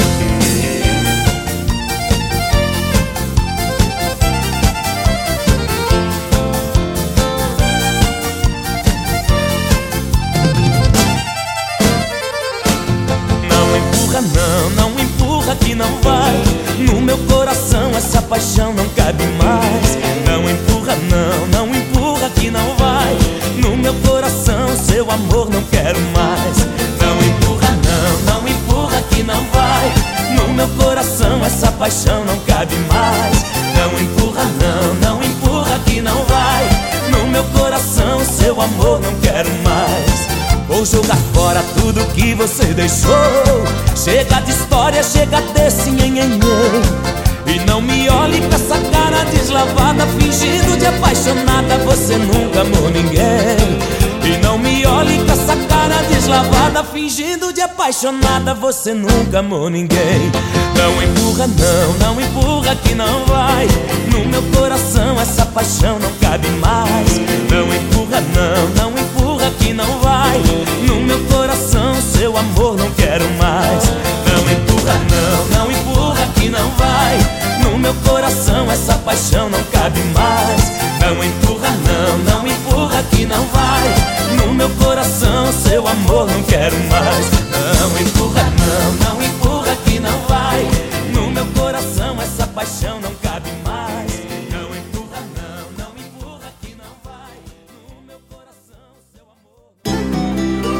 Não, não empurra que não vai. No meu coração essa paixão não cabe mais. Não empurra não, não empurra que não vai. No meu coração seu amor não quero mais. Não empurra não, não empurra que não vai. No meu coração essa paixão não cabe mais. Não empurra não, não empurra que não vai. No meu coração seu amor não quero mais. Vou jogar fora tudo que você deixou. Chega de história, chega desse nhenhenhê. E não me olhe com essa cara deslavada, fingindo de apaixonada, você nunca amou ninguém. E não me olhe com essa cara deslavada, fingindo de apaixonada, você nunca amou ninguém. Não empurra não, não empurra que não vai. No meu coração essa paixão não cabe mais. Não empurra não, não empurra que não vai. No meu coração seu amor não quero mais. Não empurra não, não empurra favor, não quero mais. Não empurra, não, não empurra que não vai. No meu coração essa paixão não cabe mais. Não empurra, não, não empurra que não vai. No meu coração seu amor.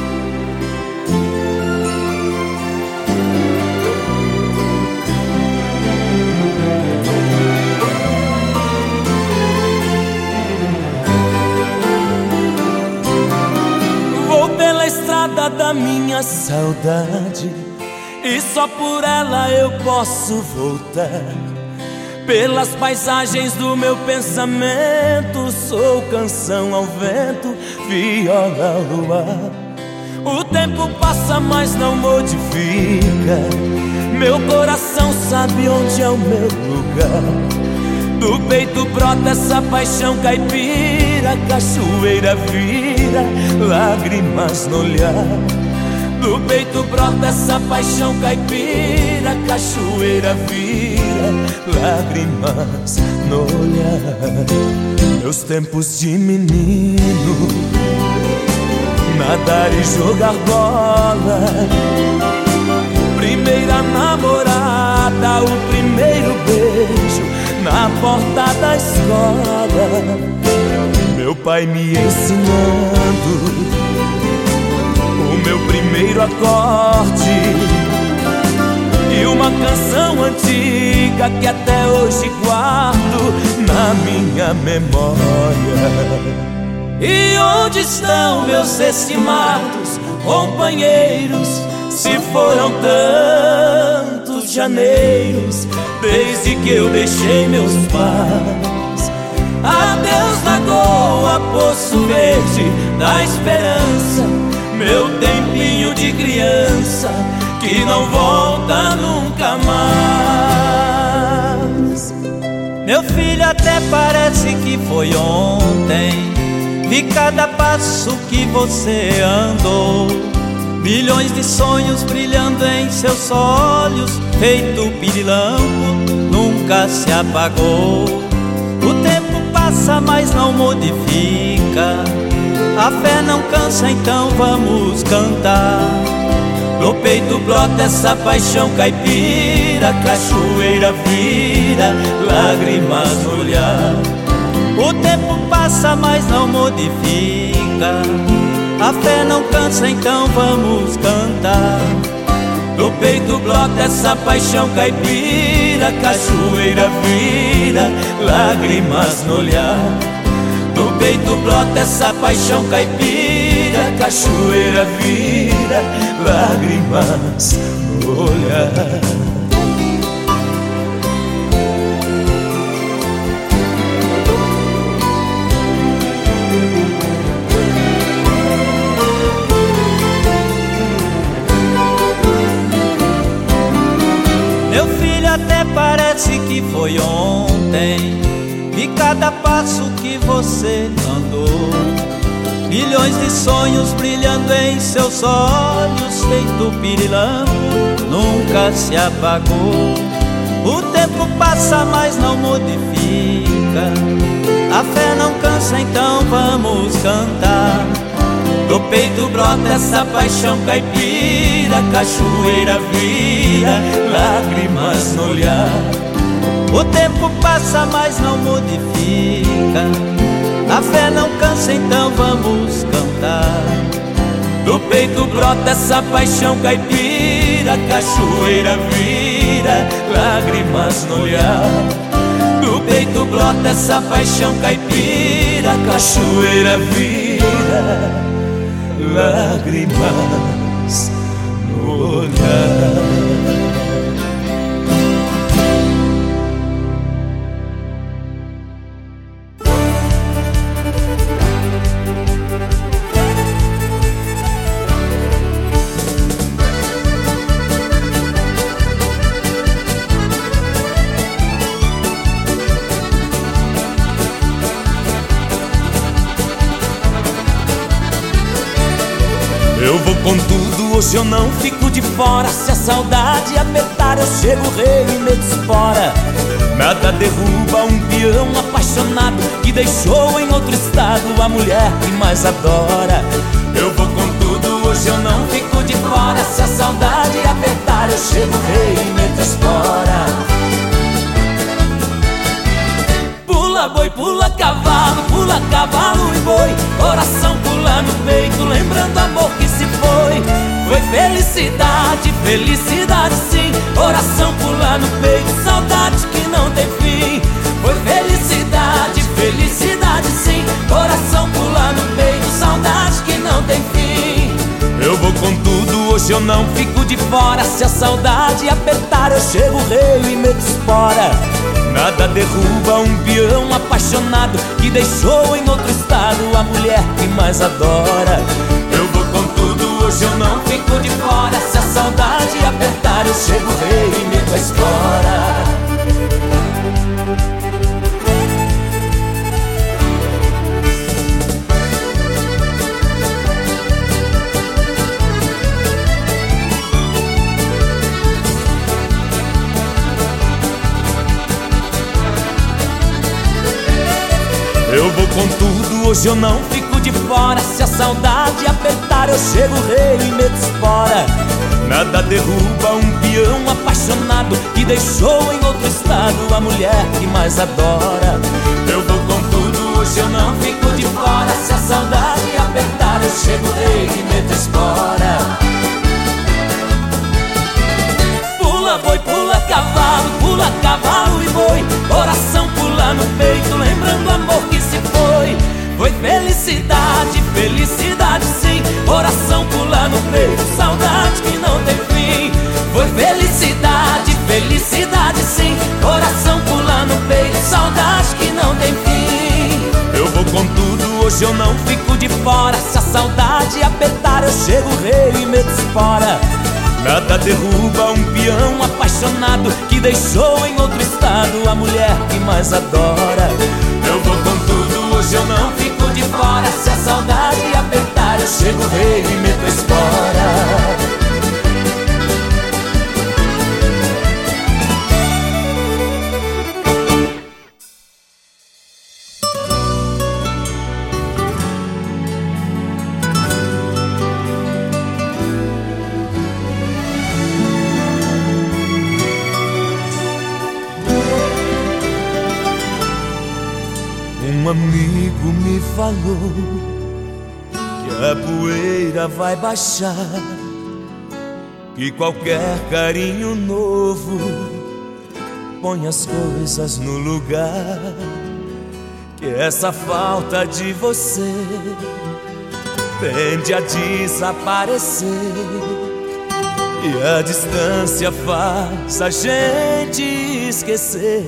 Vou pela estrada da minha saudade e só por ela eu posso voltar. Pelas paisagens do meu pensamento, sou canção ao vento, viola ao luar. O tempo passa, mas não modifica. Meu coração sabe onde é o meu lugar. Do peito brota essa paixão caipira, cachoeira vira lágrimas no olhar. Do peito brota essa paixão caipira, cachoeira vira lágrimas no olhar. Meus tempos de menino, nadar e jogar bola, primeira namorada, o primeiro beijo na porta da escola. Meu pai me ensinando o meu primeiro acorde e uma canção antiga que até hoje guardo na minha memória. E onde estão meus estimados companheiros? Se foram tantos janeiros desde que eu deixei meus pais. Adeus Lagoa, Poço Verde da Esperança, meu tempinho de criança que não volta nunca mais. Meu filho, até parece que foi ontem, vi cada passo que você andou, milhões de sonhos brilhando em seus olhos, feito pirilampo, nunca se apagou. O tempo passa, mas não modifica, a fé não cansa, então vamos cantar. No peito brota essa paixão caipira, cachoeira vira lágrimas no olhar. O tempo passa, mas não modifica, a fé não cansa, então vamos cantar. No peito brota essa paixão caipira, cachoeira vira lágrimas no olhar. No peito brota essa paixão caipira, cachoeira vira lágrimas no olhar. Meu filho, até parece que foi ontem, e cada passo que você andou, milhões de sonhos brilhando em seus olhos, feito pirilampo, nunca se apagou. O tempo passa, mas não modifica, a fé não cansa, então vamos cantar. Do peito brota essa paixão caipira, cachoeira vira lágrimas no olhar. O tempo passa, mas não modifica, a fé não cansa, então vamos cantar. Do peito brota essa paixão caipira, cachoeira vira lágrimas no olhar. Do peito brota essa paixão caipira, cachoeira vira lágrimas no olhar. Eu vou com tudo, hoje eu não fico de fora. Se a saudade apertar, eu chego rei e me dispora. Nada derruba um peão apaixonado que deixou em outro estado a mulher que mais adora. Eu vou com tudo, hoje hoje eu não fico de fora. Se a saudade apertar, eu chego rei e meto espora. Pula boi, pula cavalo, pula cavalo e boi. Coração pula no peito, lembrando amor que se foi. Foi felicidade, felicidade sim. Coração pula no peito, saudade que não tem fim. Foi felicidade, felicidade sim. Coração pula no peito, saudade que não tem fim. Eu vou com tudo, hoje eu não fico de fora. Se a saudade apertar, eu chego rei e meto espora. Nada derruba um peão apaixonado que deixou em outro estado a mulher que mais adora. Eu vou com tudo, hoje eu não fico de fora. Se a saudade apertar, eu chego rei e meto a espora. Eu vou com tudo, hoje eu não fico de fora. Se a saudade apertar, eu chego rei e meto espora. Nada derruba um peão apaixonado que deixou em outro estado a mulher que mais adora. Eu vou com tudo, hoje eu não fico de fora. Se a saudade apertar, eu chego rei e meto espora. Pula boi, pula cavalo, pula cavalo e boi. Coração pula no peito, lembrando amor que se foi. Foi felicidade, felicidade sim. Coração pula no peito, saudade que não tem fim. Foi felicidade, felicidade sim. Coração pula no peito, saudade que não tem fim. Eu vou com tudo, hoje eu não fico de fora. Se a saudade apertar, eu chego rei e meto espora. Nada derruba um peão apaixonado que deixou em outro estado a mulher que mais adora. Eu vou com tudo, hoje eu não fico de fora. Se a saudade apertar, eu chego rei e meto a espora. Um amigo me falou que a poeira vai baixar, que qualquer carinho novo põe as coisas no lugar, que essa falta de você tende a desaparecer e a distância faz a gente esquecer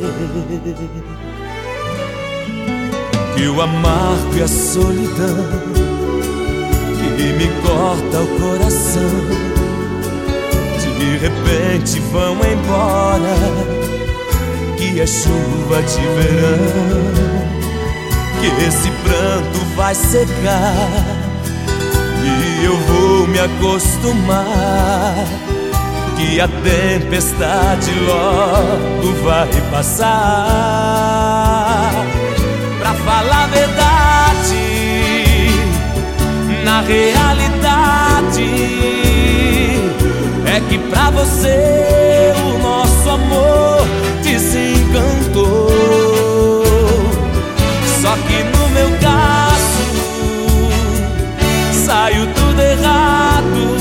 que o amargo e a solidão que me corta o coração de repente vão embora, que é chuva de verão, que esse pranto vai secar e eu vou me acostumar, que a tempestade logo vai passar. Pra falar a verdade, na realidade é que pra você o nosso amor desencantou. Só que no meu caso saiu tudo errado.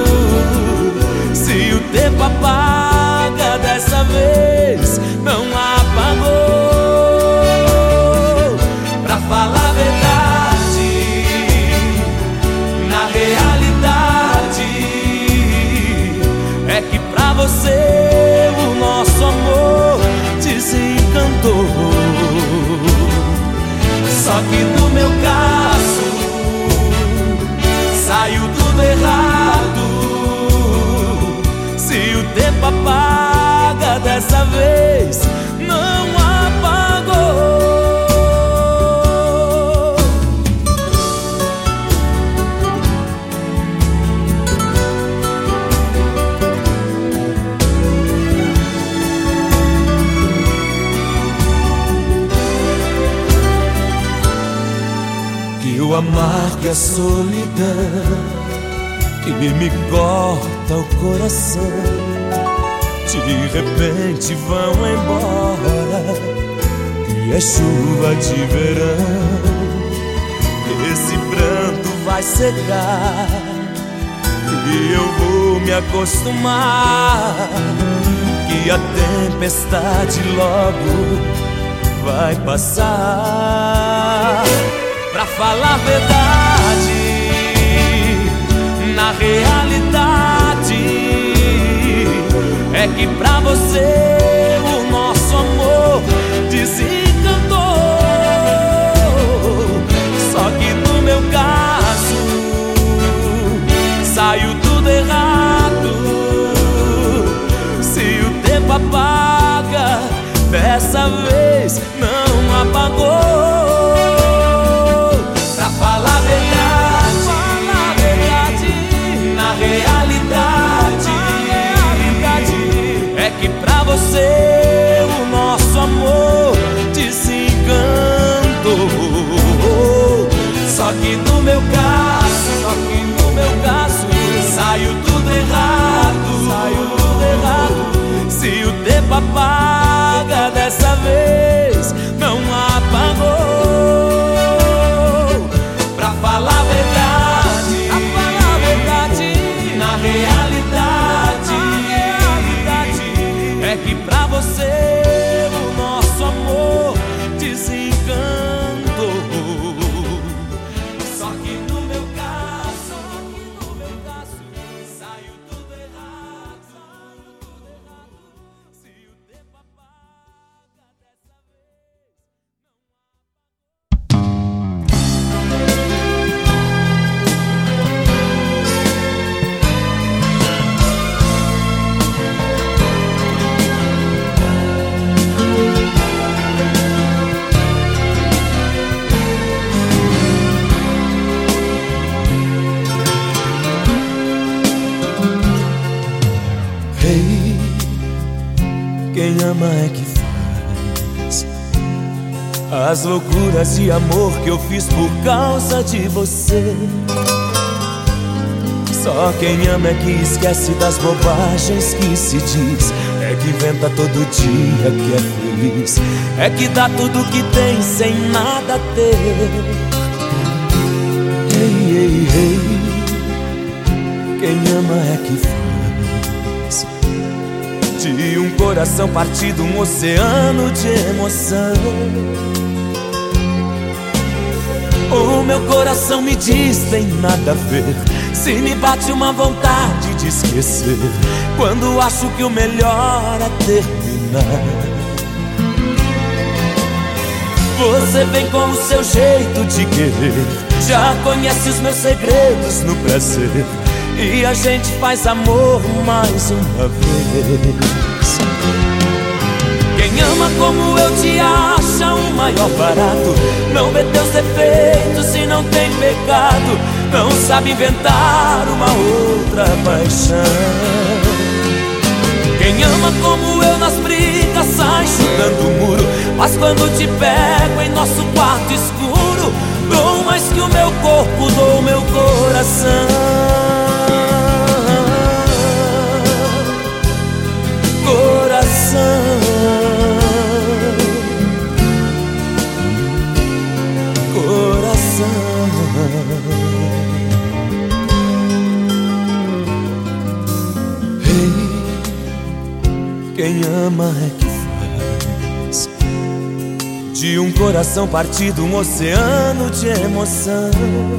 Se o tempo apaga dessa vez, não apagou. Falar a verdade, na realidade é que pra você o nosso amor desencantou. Só que no meu caso saiu tudo errado. Se o tempo apaga dessa vez, não apagou. Que o amargo e a solidão que me corta o coração. De repente vão embora, e é chuva de verão. Esse pranto vai secar e eu vou me acostumar que a tempestade logo vai passar. Pra falar a verdade, na realidade é que pra você o nosso amor desencantou. Só que no meu caso saiu tudo errado. Se o tempo apaga, dessa vez não apagou. Pra falar a verdade, falar a verdade, na realidade, é que pra você o nosso amor desencantou. Só que no meu caso, só que no meu caso saiu tudo errado, saiu tudo errado. Se o tempo apaga, dessa vez não apagou. Pra falar a verdade, a falar a verdade, na realidade, é que pra você o nosso amor desencantou. Só que no meu caso, no meu caso, saiu tudo errado, tudo errado. Se o tempo apaga, dessa vez quem ama é que faz as loucuras de amor que eu fiz por causa de você. Só quem ama é que esquece das bobagens que se diz. É que inventa todo dia que é feliz. É que dá tudo que tem sem nada ter. Ei, ei, ei, quem ama é que faz de um coração partido um oceano de emoção. O meu coração me diz tem nada a ver. Se me bate uma vontade de esquecer, quando acho que o melhor é terminar. Você vem com o seu jeito de querer, já conhece os meus segredos no prazer, e a gente faz amor mais uma vez. Quem ama como eu te acha o maior barato. Não vê teus defeitos e não tem pecado. Não sabe inventar uma outra paixão. Quem ama como eu nas brigas sai chutando o muro, mas quando te pego em nosso quarto escuro, dou mais que o meu corpo, dou meu coração. Coração, coração. Ei, quem ama é que faz de um coração partido um oceano de emoção.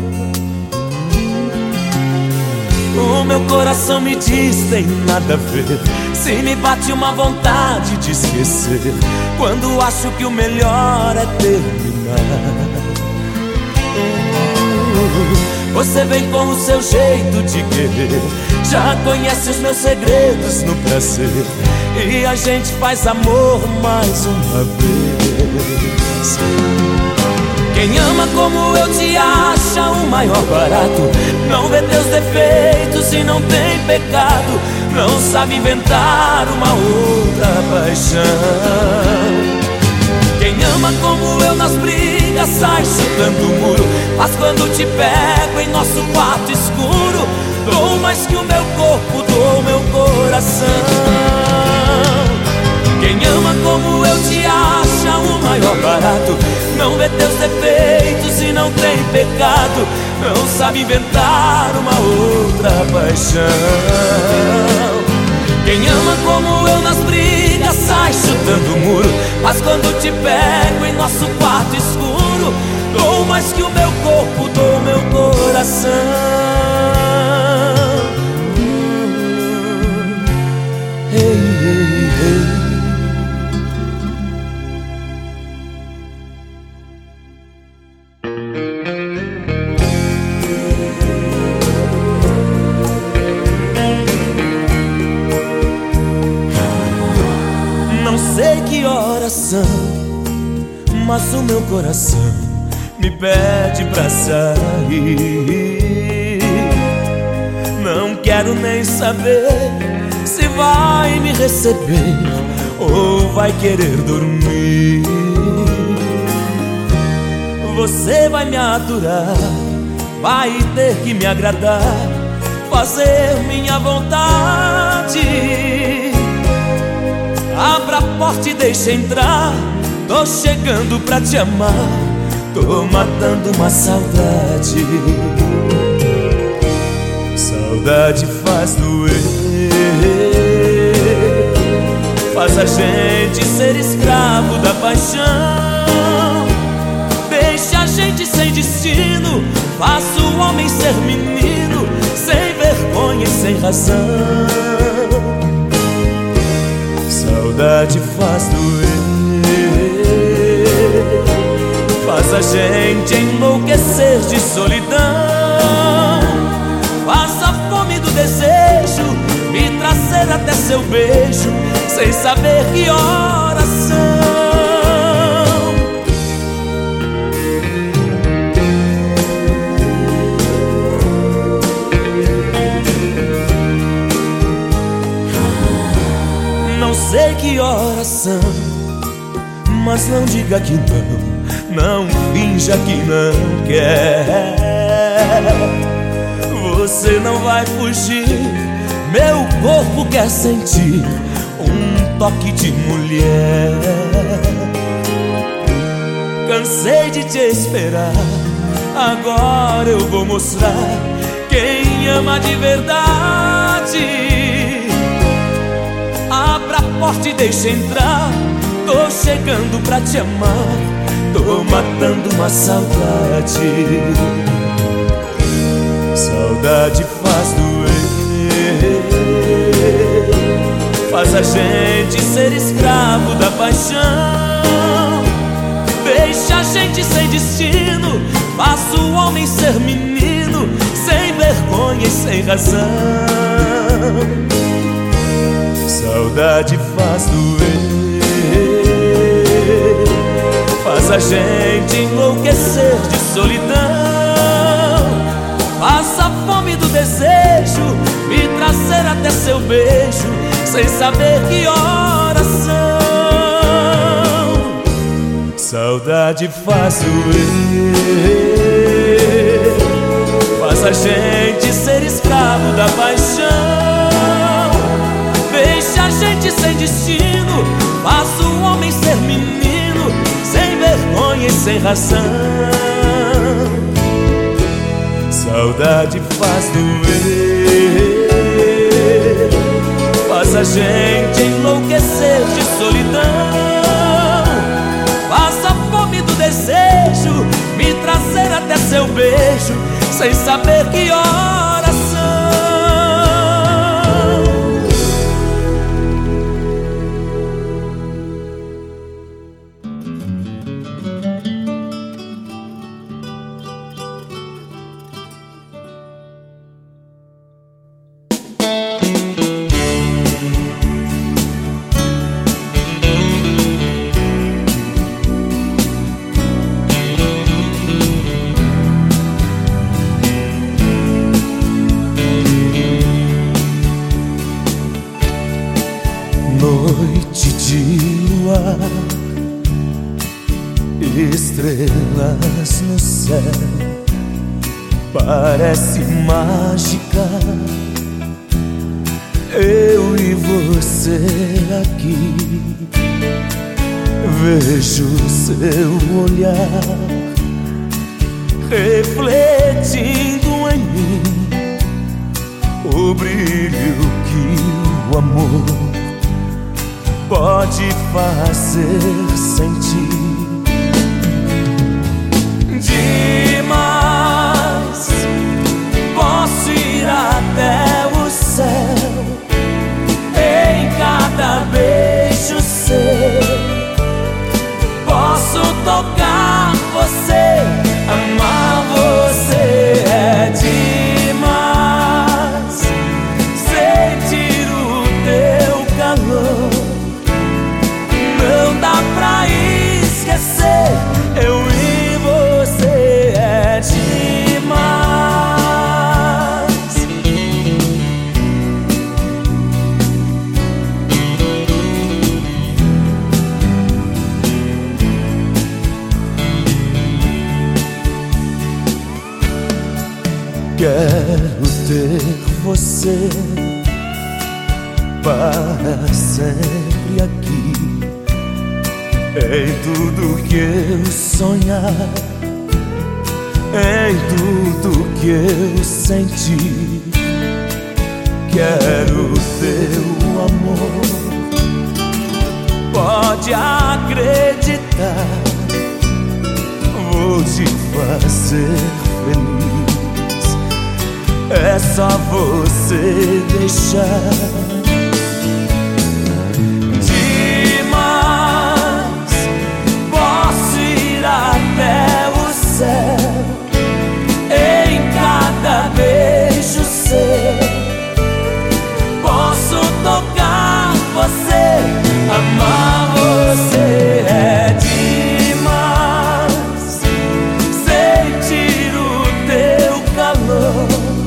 O meu coração me diz tem nada a ver. Se me bate uma vontade de esquecer, quando acho que o melhor é terminar. Você vem com o seu jeito de querer, já conhece os meus segredos no prazer, e a gente faz amor mais uma vez. Quem ama como eu te acha o maior barato. Não vê teus defeitos e não tem pecado. Não sabe inventar uma outra paixão. Quem ama como eu nas brigas sai chutando o muro, mas quando te pego em nosso quarto escuro, dou uma pecado, não sabe inventar uma outra paixão. Quem ama como eu nas brigas sai chutando o muro, mas quando te pego em nosso quarto escuro, dou mais que o meu corpo, dou meu coração. Hey, hey, hey. Não sei que horas são, mas o meu coração me pede pra sair. Não quero nem saber se vai me receber ou vai querer dormir. Você vai me aturar, vai ter que me agradar, fazer minha vontade. Abra a porta e deixa entrar, tô chegando pra te amar, tô matando uma saudade. Saudade faz doer, faz a gente ser escravo da paixão, deixa a gente sem destino, faz o homem ser menino, sem vergonha e sem razão. Saudade faz doer, faz a gente enlouquecer de solidão, faz a fome do desejo me trazer até seu beijo, sem saber que horas são. Não sei que horas são, mas não diga que não, não finja que não quer. Você não vai fugir, meu corpo quer sentir um toque de mulher. Cansei de te esperar, agora eu vou mostrar quem ama de verdade. Abra a porta e deixa entrar, tô chegando pra te amar, tô matando uma saudade. Saudade faz doer, faz a gente ser escravo da paixão, deixa a gente sem destino, faz o homem ser menino, sem vergonha e sem razão. Saudade faz doer, faz a gente enlouquecer de solidão, faz a fome do desejo me trazer até seu beijo, sem saber que horas são. Saudade faz doer, faz a gente ser escravo da paixão, deixa a gente sem destino, faz o homem ser menino, sem vergonha e sem razão. Saudade faz doer, faz a gente enlouquecer de solidão, faz a fome do desejo me trazer até seu beijo, sem saber que horas são. Noite de luar, estrelas no céu, parece mágica. Eu e você aqui, vejo seu olhar refletindo em mim o brilho que o amor pode fazer sentir. Demais, posso ir até o céu em cada beijo seu. Posso tocar você, amar você. É demais sentir o teu calor. Não dá pra esquecer eu e você. É demais. Quero ter você para sempre aqui, em tudo que eu sonhar, em tudo que eu sentir. Quero teu amor, pode acreditar, vou te fazer feliz. É só você deixar. Demais, posso ir até o céu em cada beijo seu. Posso tocar você, amar você. É demais sentir o teu calor.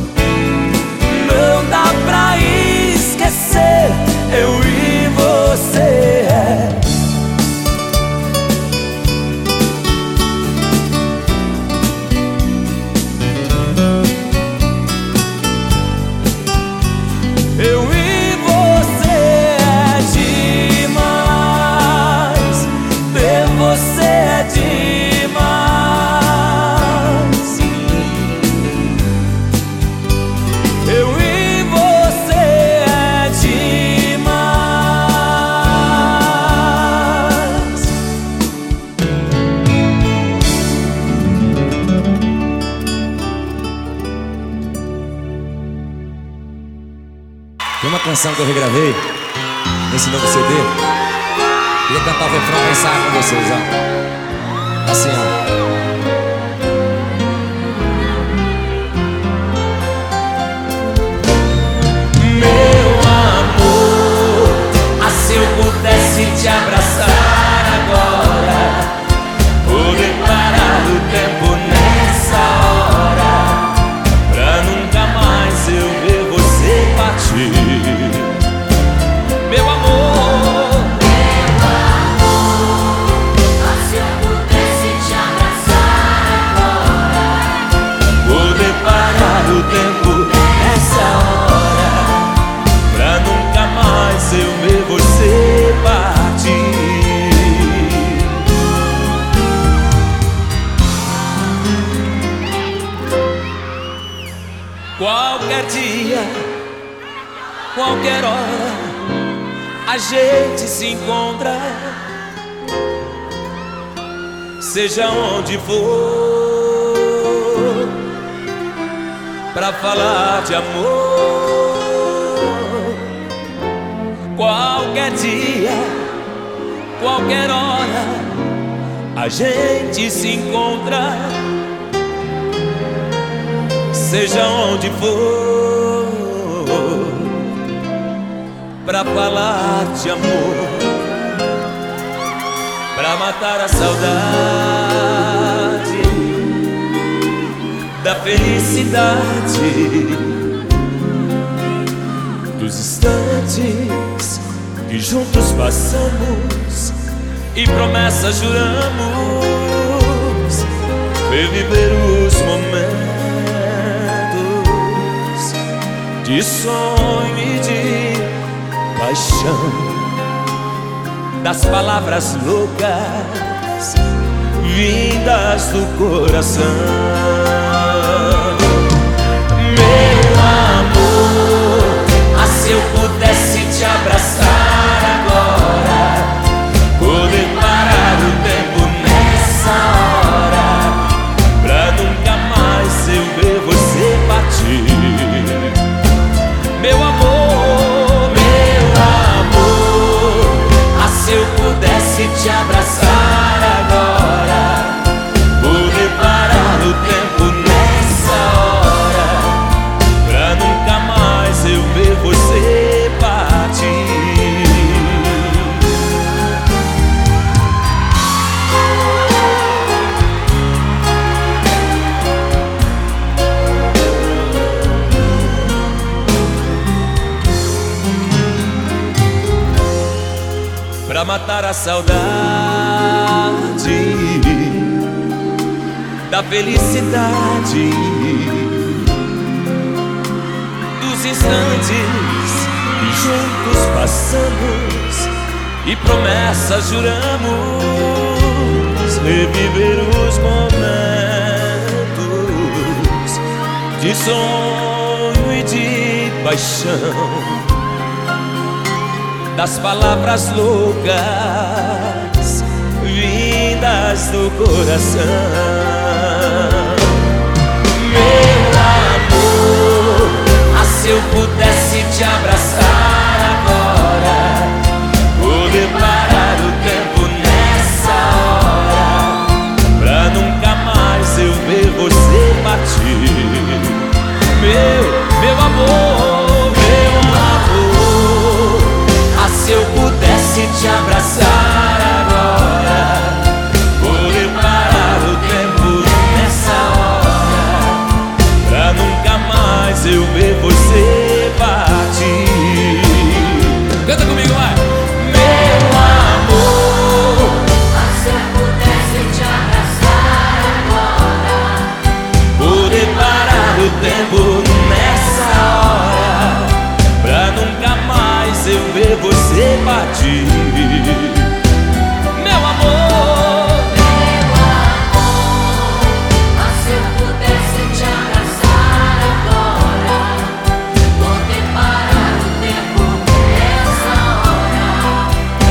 Não dá pra esquecer eu e você. Eu e você. É demais ter você. É demais. Eu e você. É demais. Tem uma canção que eu regravei nesse novo C D. Queria cantar o refrão e pensar com vocês, ó. Assim, ó. Meu amor, ah, se eu pudesse te abraçar agora, poder parar o tempo nessa hora, pra nunca mais eu ver você partir. Meu amor, Ah, se eu pudesse te abraçar agora, poder parar o tempo nessa hora, pra nunca mais eu ver você partir. Qualquer dia, qualquer hora, a gente se encontra, seja onde for, pra falar de amor. Qualquer dia, qualquer hora, a gente se encontra, seja onde for, pra falar de amor, pra matar a saudade da felicidade dos instantes que juntos passamos e promessas juramos reviver os momentos de sonho e de paixão, das palavras loucas, vindas do coração. Meu amor, ah, se eu pudesse te abraçar agora, poder parar o tempo nessa hora, pra nunca mais eu ver você partir. Meu amor, meu amor, ah, se eu pudesse te abraçar agora, poder parar o tempo nessa hora, pra nunca mais eu ver você partir. Pra matar a saudade da felicidade, dos instantes que juntos passamos e promessas juramos reviver os momentos de sonho e de paixão, das palavras loucas vindas do coração. Meu amor, ah, se eu pudesse te abraçar agora, poder parar o tempo nessa hora, pra nunca mais eu ver você partir. Meu, meu amor, meu amor, ah, se eu pudesse te abraçar agora, poder parar o tempo nessa hora, pra nunca mais eu ver você partir. Canta comigo, vai! Meu amor, Ah, se eu pudesse te abraçar agora, poder parar o tempo nessa hora, pra nunca mais eu ver você partir. Meu amor, meu amor, ah, se eu pudesse te abraçar agora, poder parar o tempo nessa hora,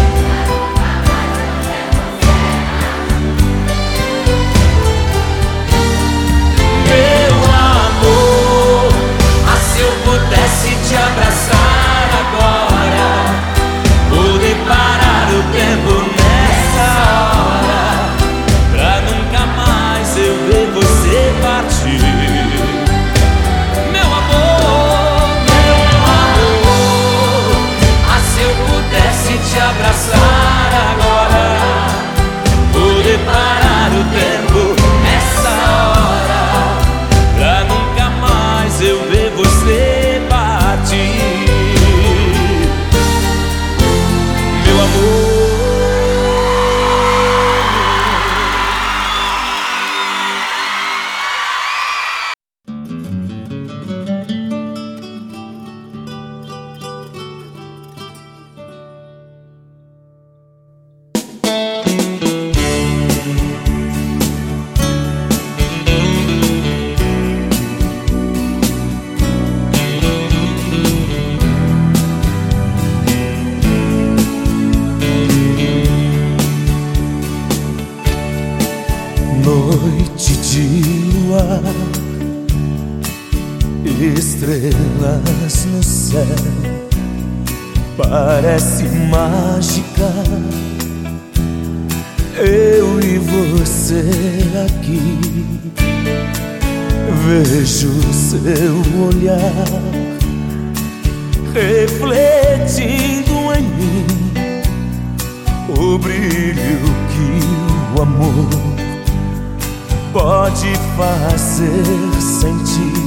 meu amor, ah, se eu pudesse te abraçar agora, poder parar o tempo nessa hora, pra nunca mais eu ver você partir. Meu amor, meu amor, ah, se eu pudesse te abraçar agora, poder parar o tempo nessa hora, pra nunca mais eu ver você partir. Meu amor, noite de luar, estrelas no céu, parece mágica. Eu e você aqui, vejo seu olhar refletindo em mim o brilho que o amor pode fazer sentir.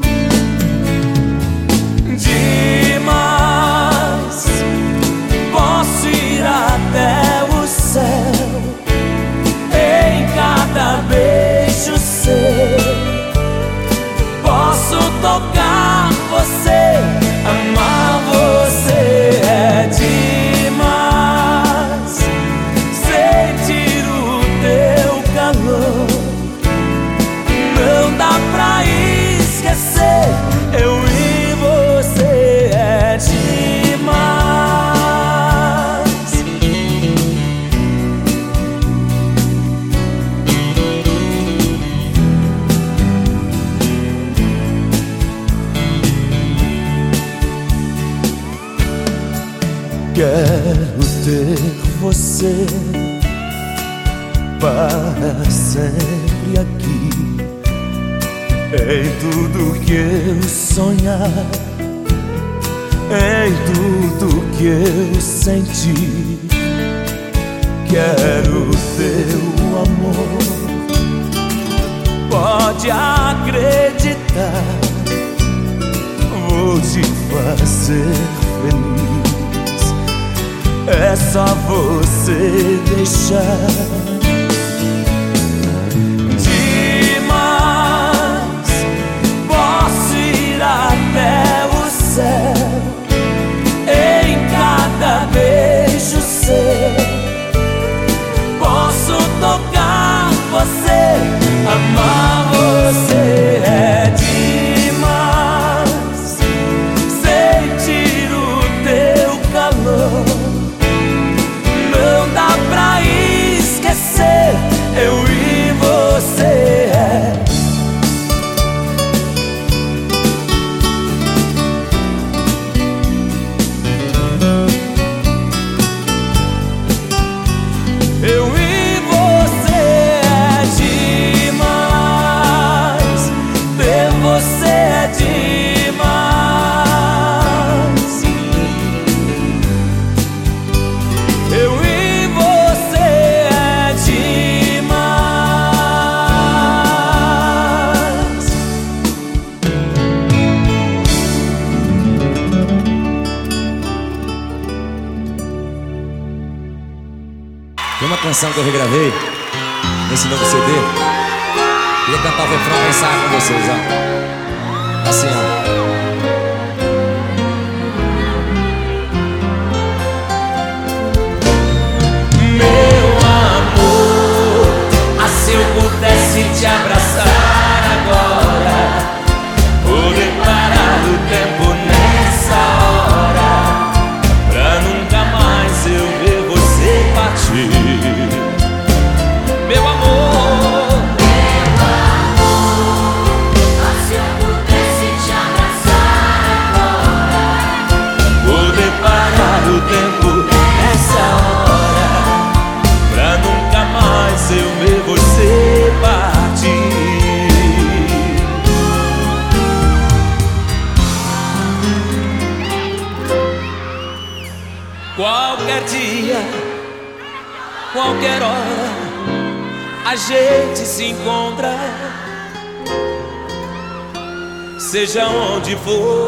Demais, posso ir até o céu, em cada beijo seu, posso tocar você, amar você. É demais sentir o teu calor Quero ter você para sempre aqui, em tudo que eu sonhar, em tudo que eu sentir. Quero teu amor, pode acreditar, vou te fazer feliz. É só você deixar. Demais, posso ir até o céu, em cada beijo seu. Posso tocar você, amar você. É demais sentir o teu calor. Não dá pra esquecer eu e você. É eu e você. É demais ter você. É demais. Eu e você. É demais. Tem uma canção que eu regravei nesse novo C D. Queria cantar o refrão pra ensaiar com vocês, ó. Assim, ó. Meu amor, ah, se eu pudesse te abraçar agora, poder parar o tempo nessa hora, pra nunca mais eu ver você partir. Meu amor, Ah, se eu pudesse te abraçar agora, poder parar o tempo nessa hora, pra nunca mais eu ver você partir. Qualquer dia, qualquer hora, a gente se encontra, seja onde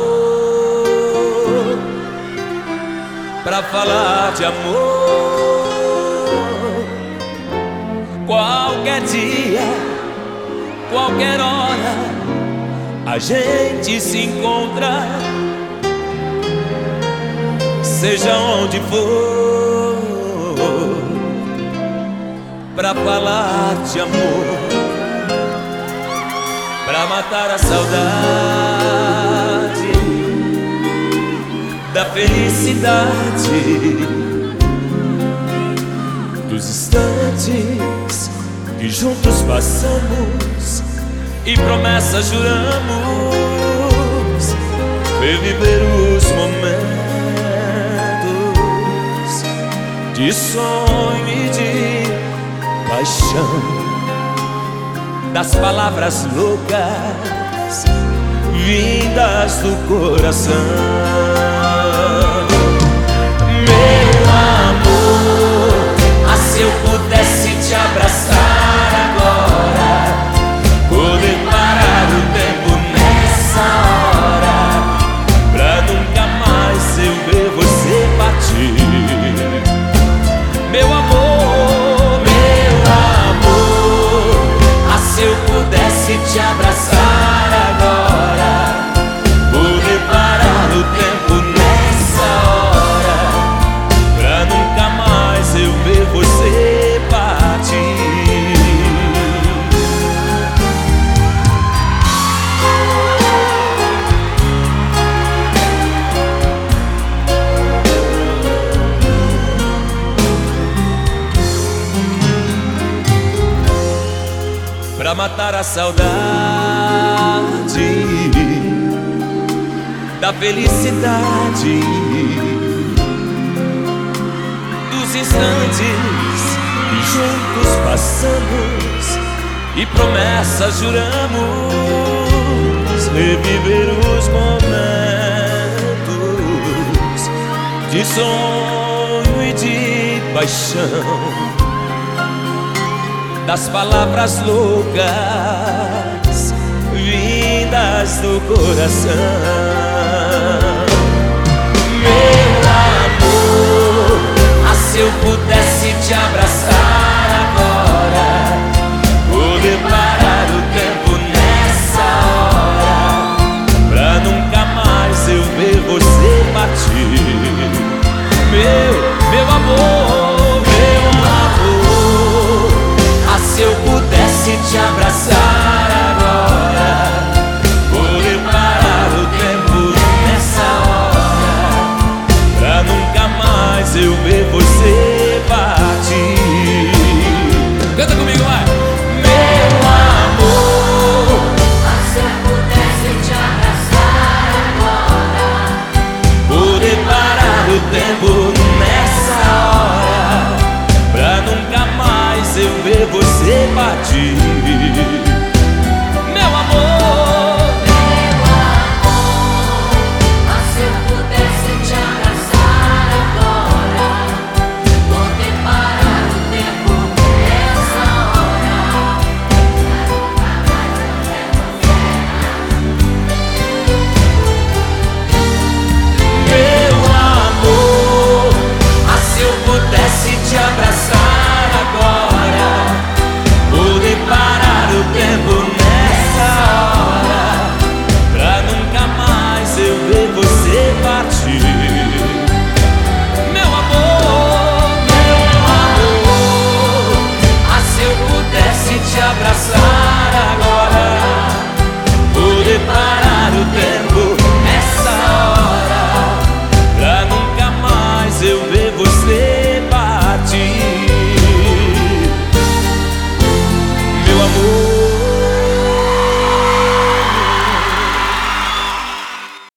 for, pra falar de amor. Qualquer dia, qualquer hora, a gente se encontra, seja onde for, pra falar de amor, pra matar a saudade da felicidade, dos instantes que juntos passamos e promessas juramos, reviver os momentos de sonho e de paixão, das palavras loucas vindas do coração. Meu amor, ah, se eu pudesse te abraçar agora, poder parar o tempo nessa hora, pra nunca mais eu ver você partir. Meu amor, meu amor, ah, se eu pudesse te abraçar agora, poder parar o tempo nessa hora, pra nunca mais eu ver você partir. Pra matar a saudade da felicidade, instantes que juntos passamos e promessas juramos reviver os momentos de sonho e de paixão, das palavras loucas vindas do coração. Se eu pudesse te abraçar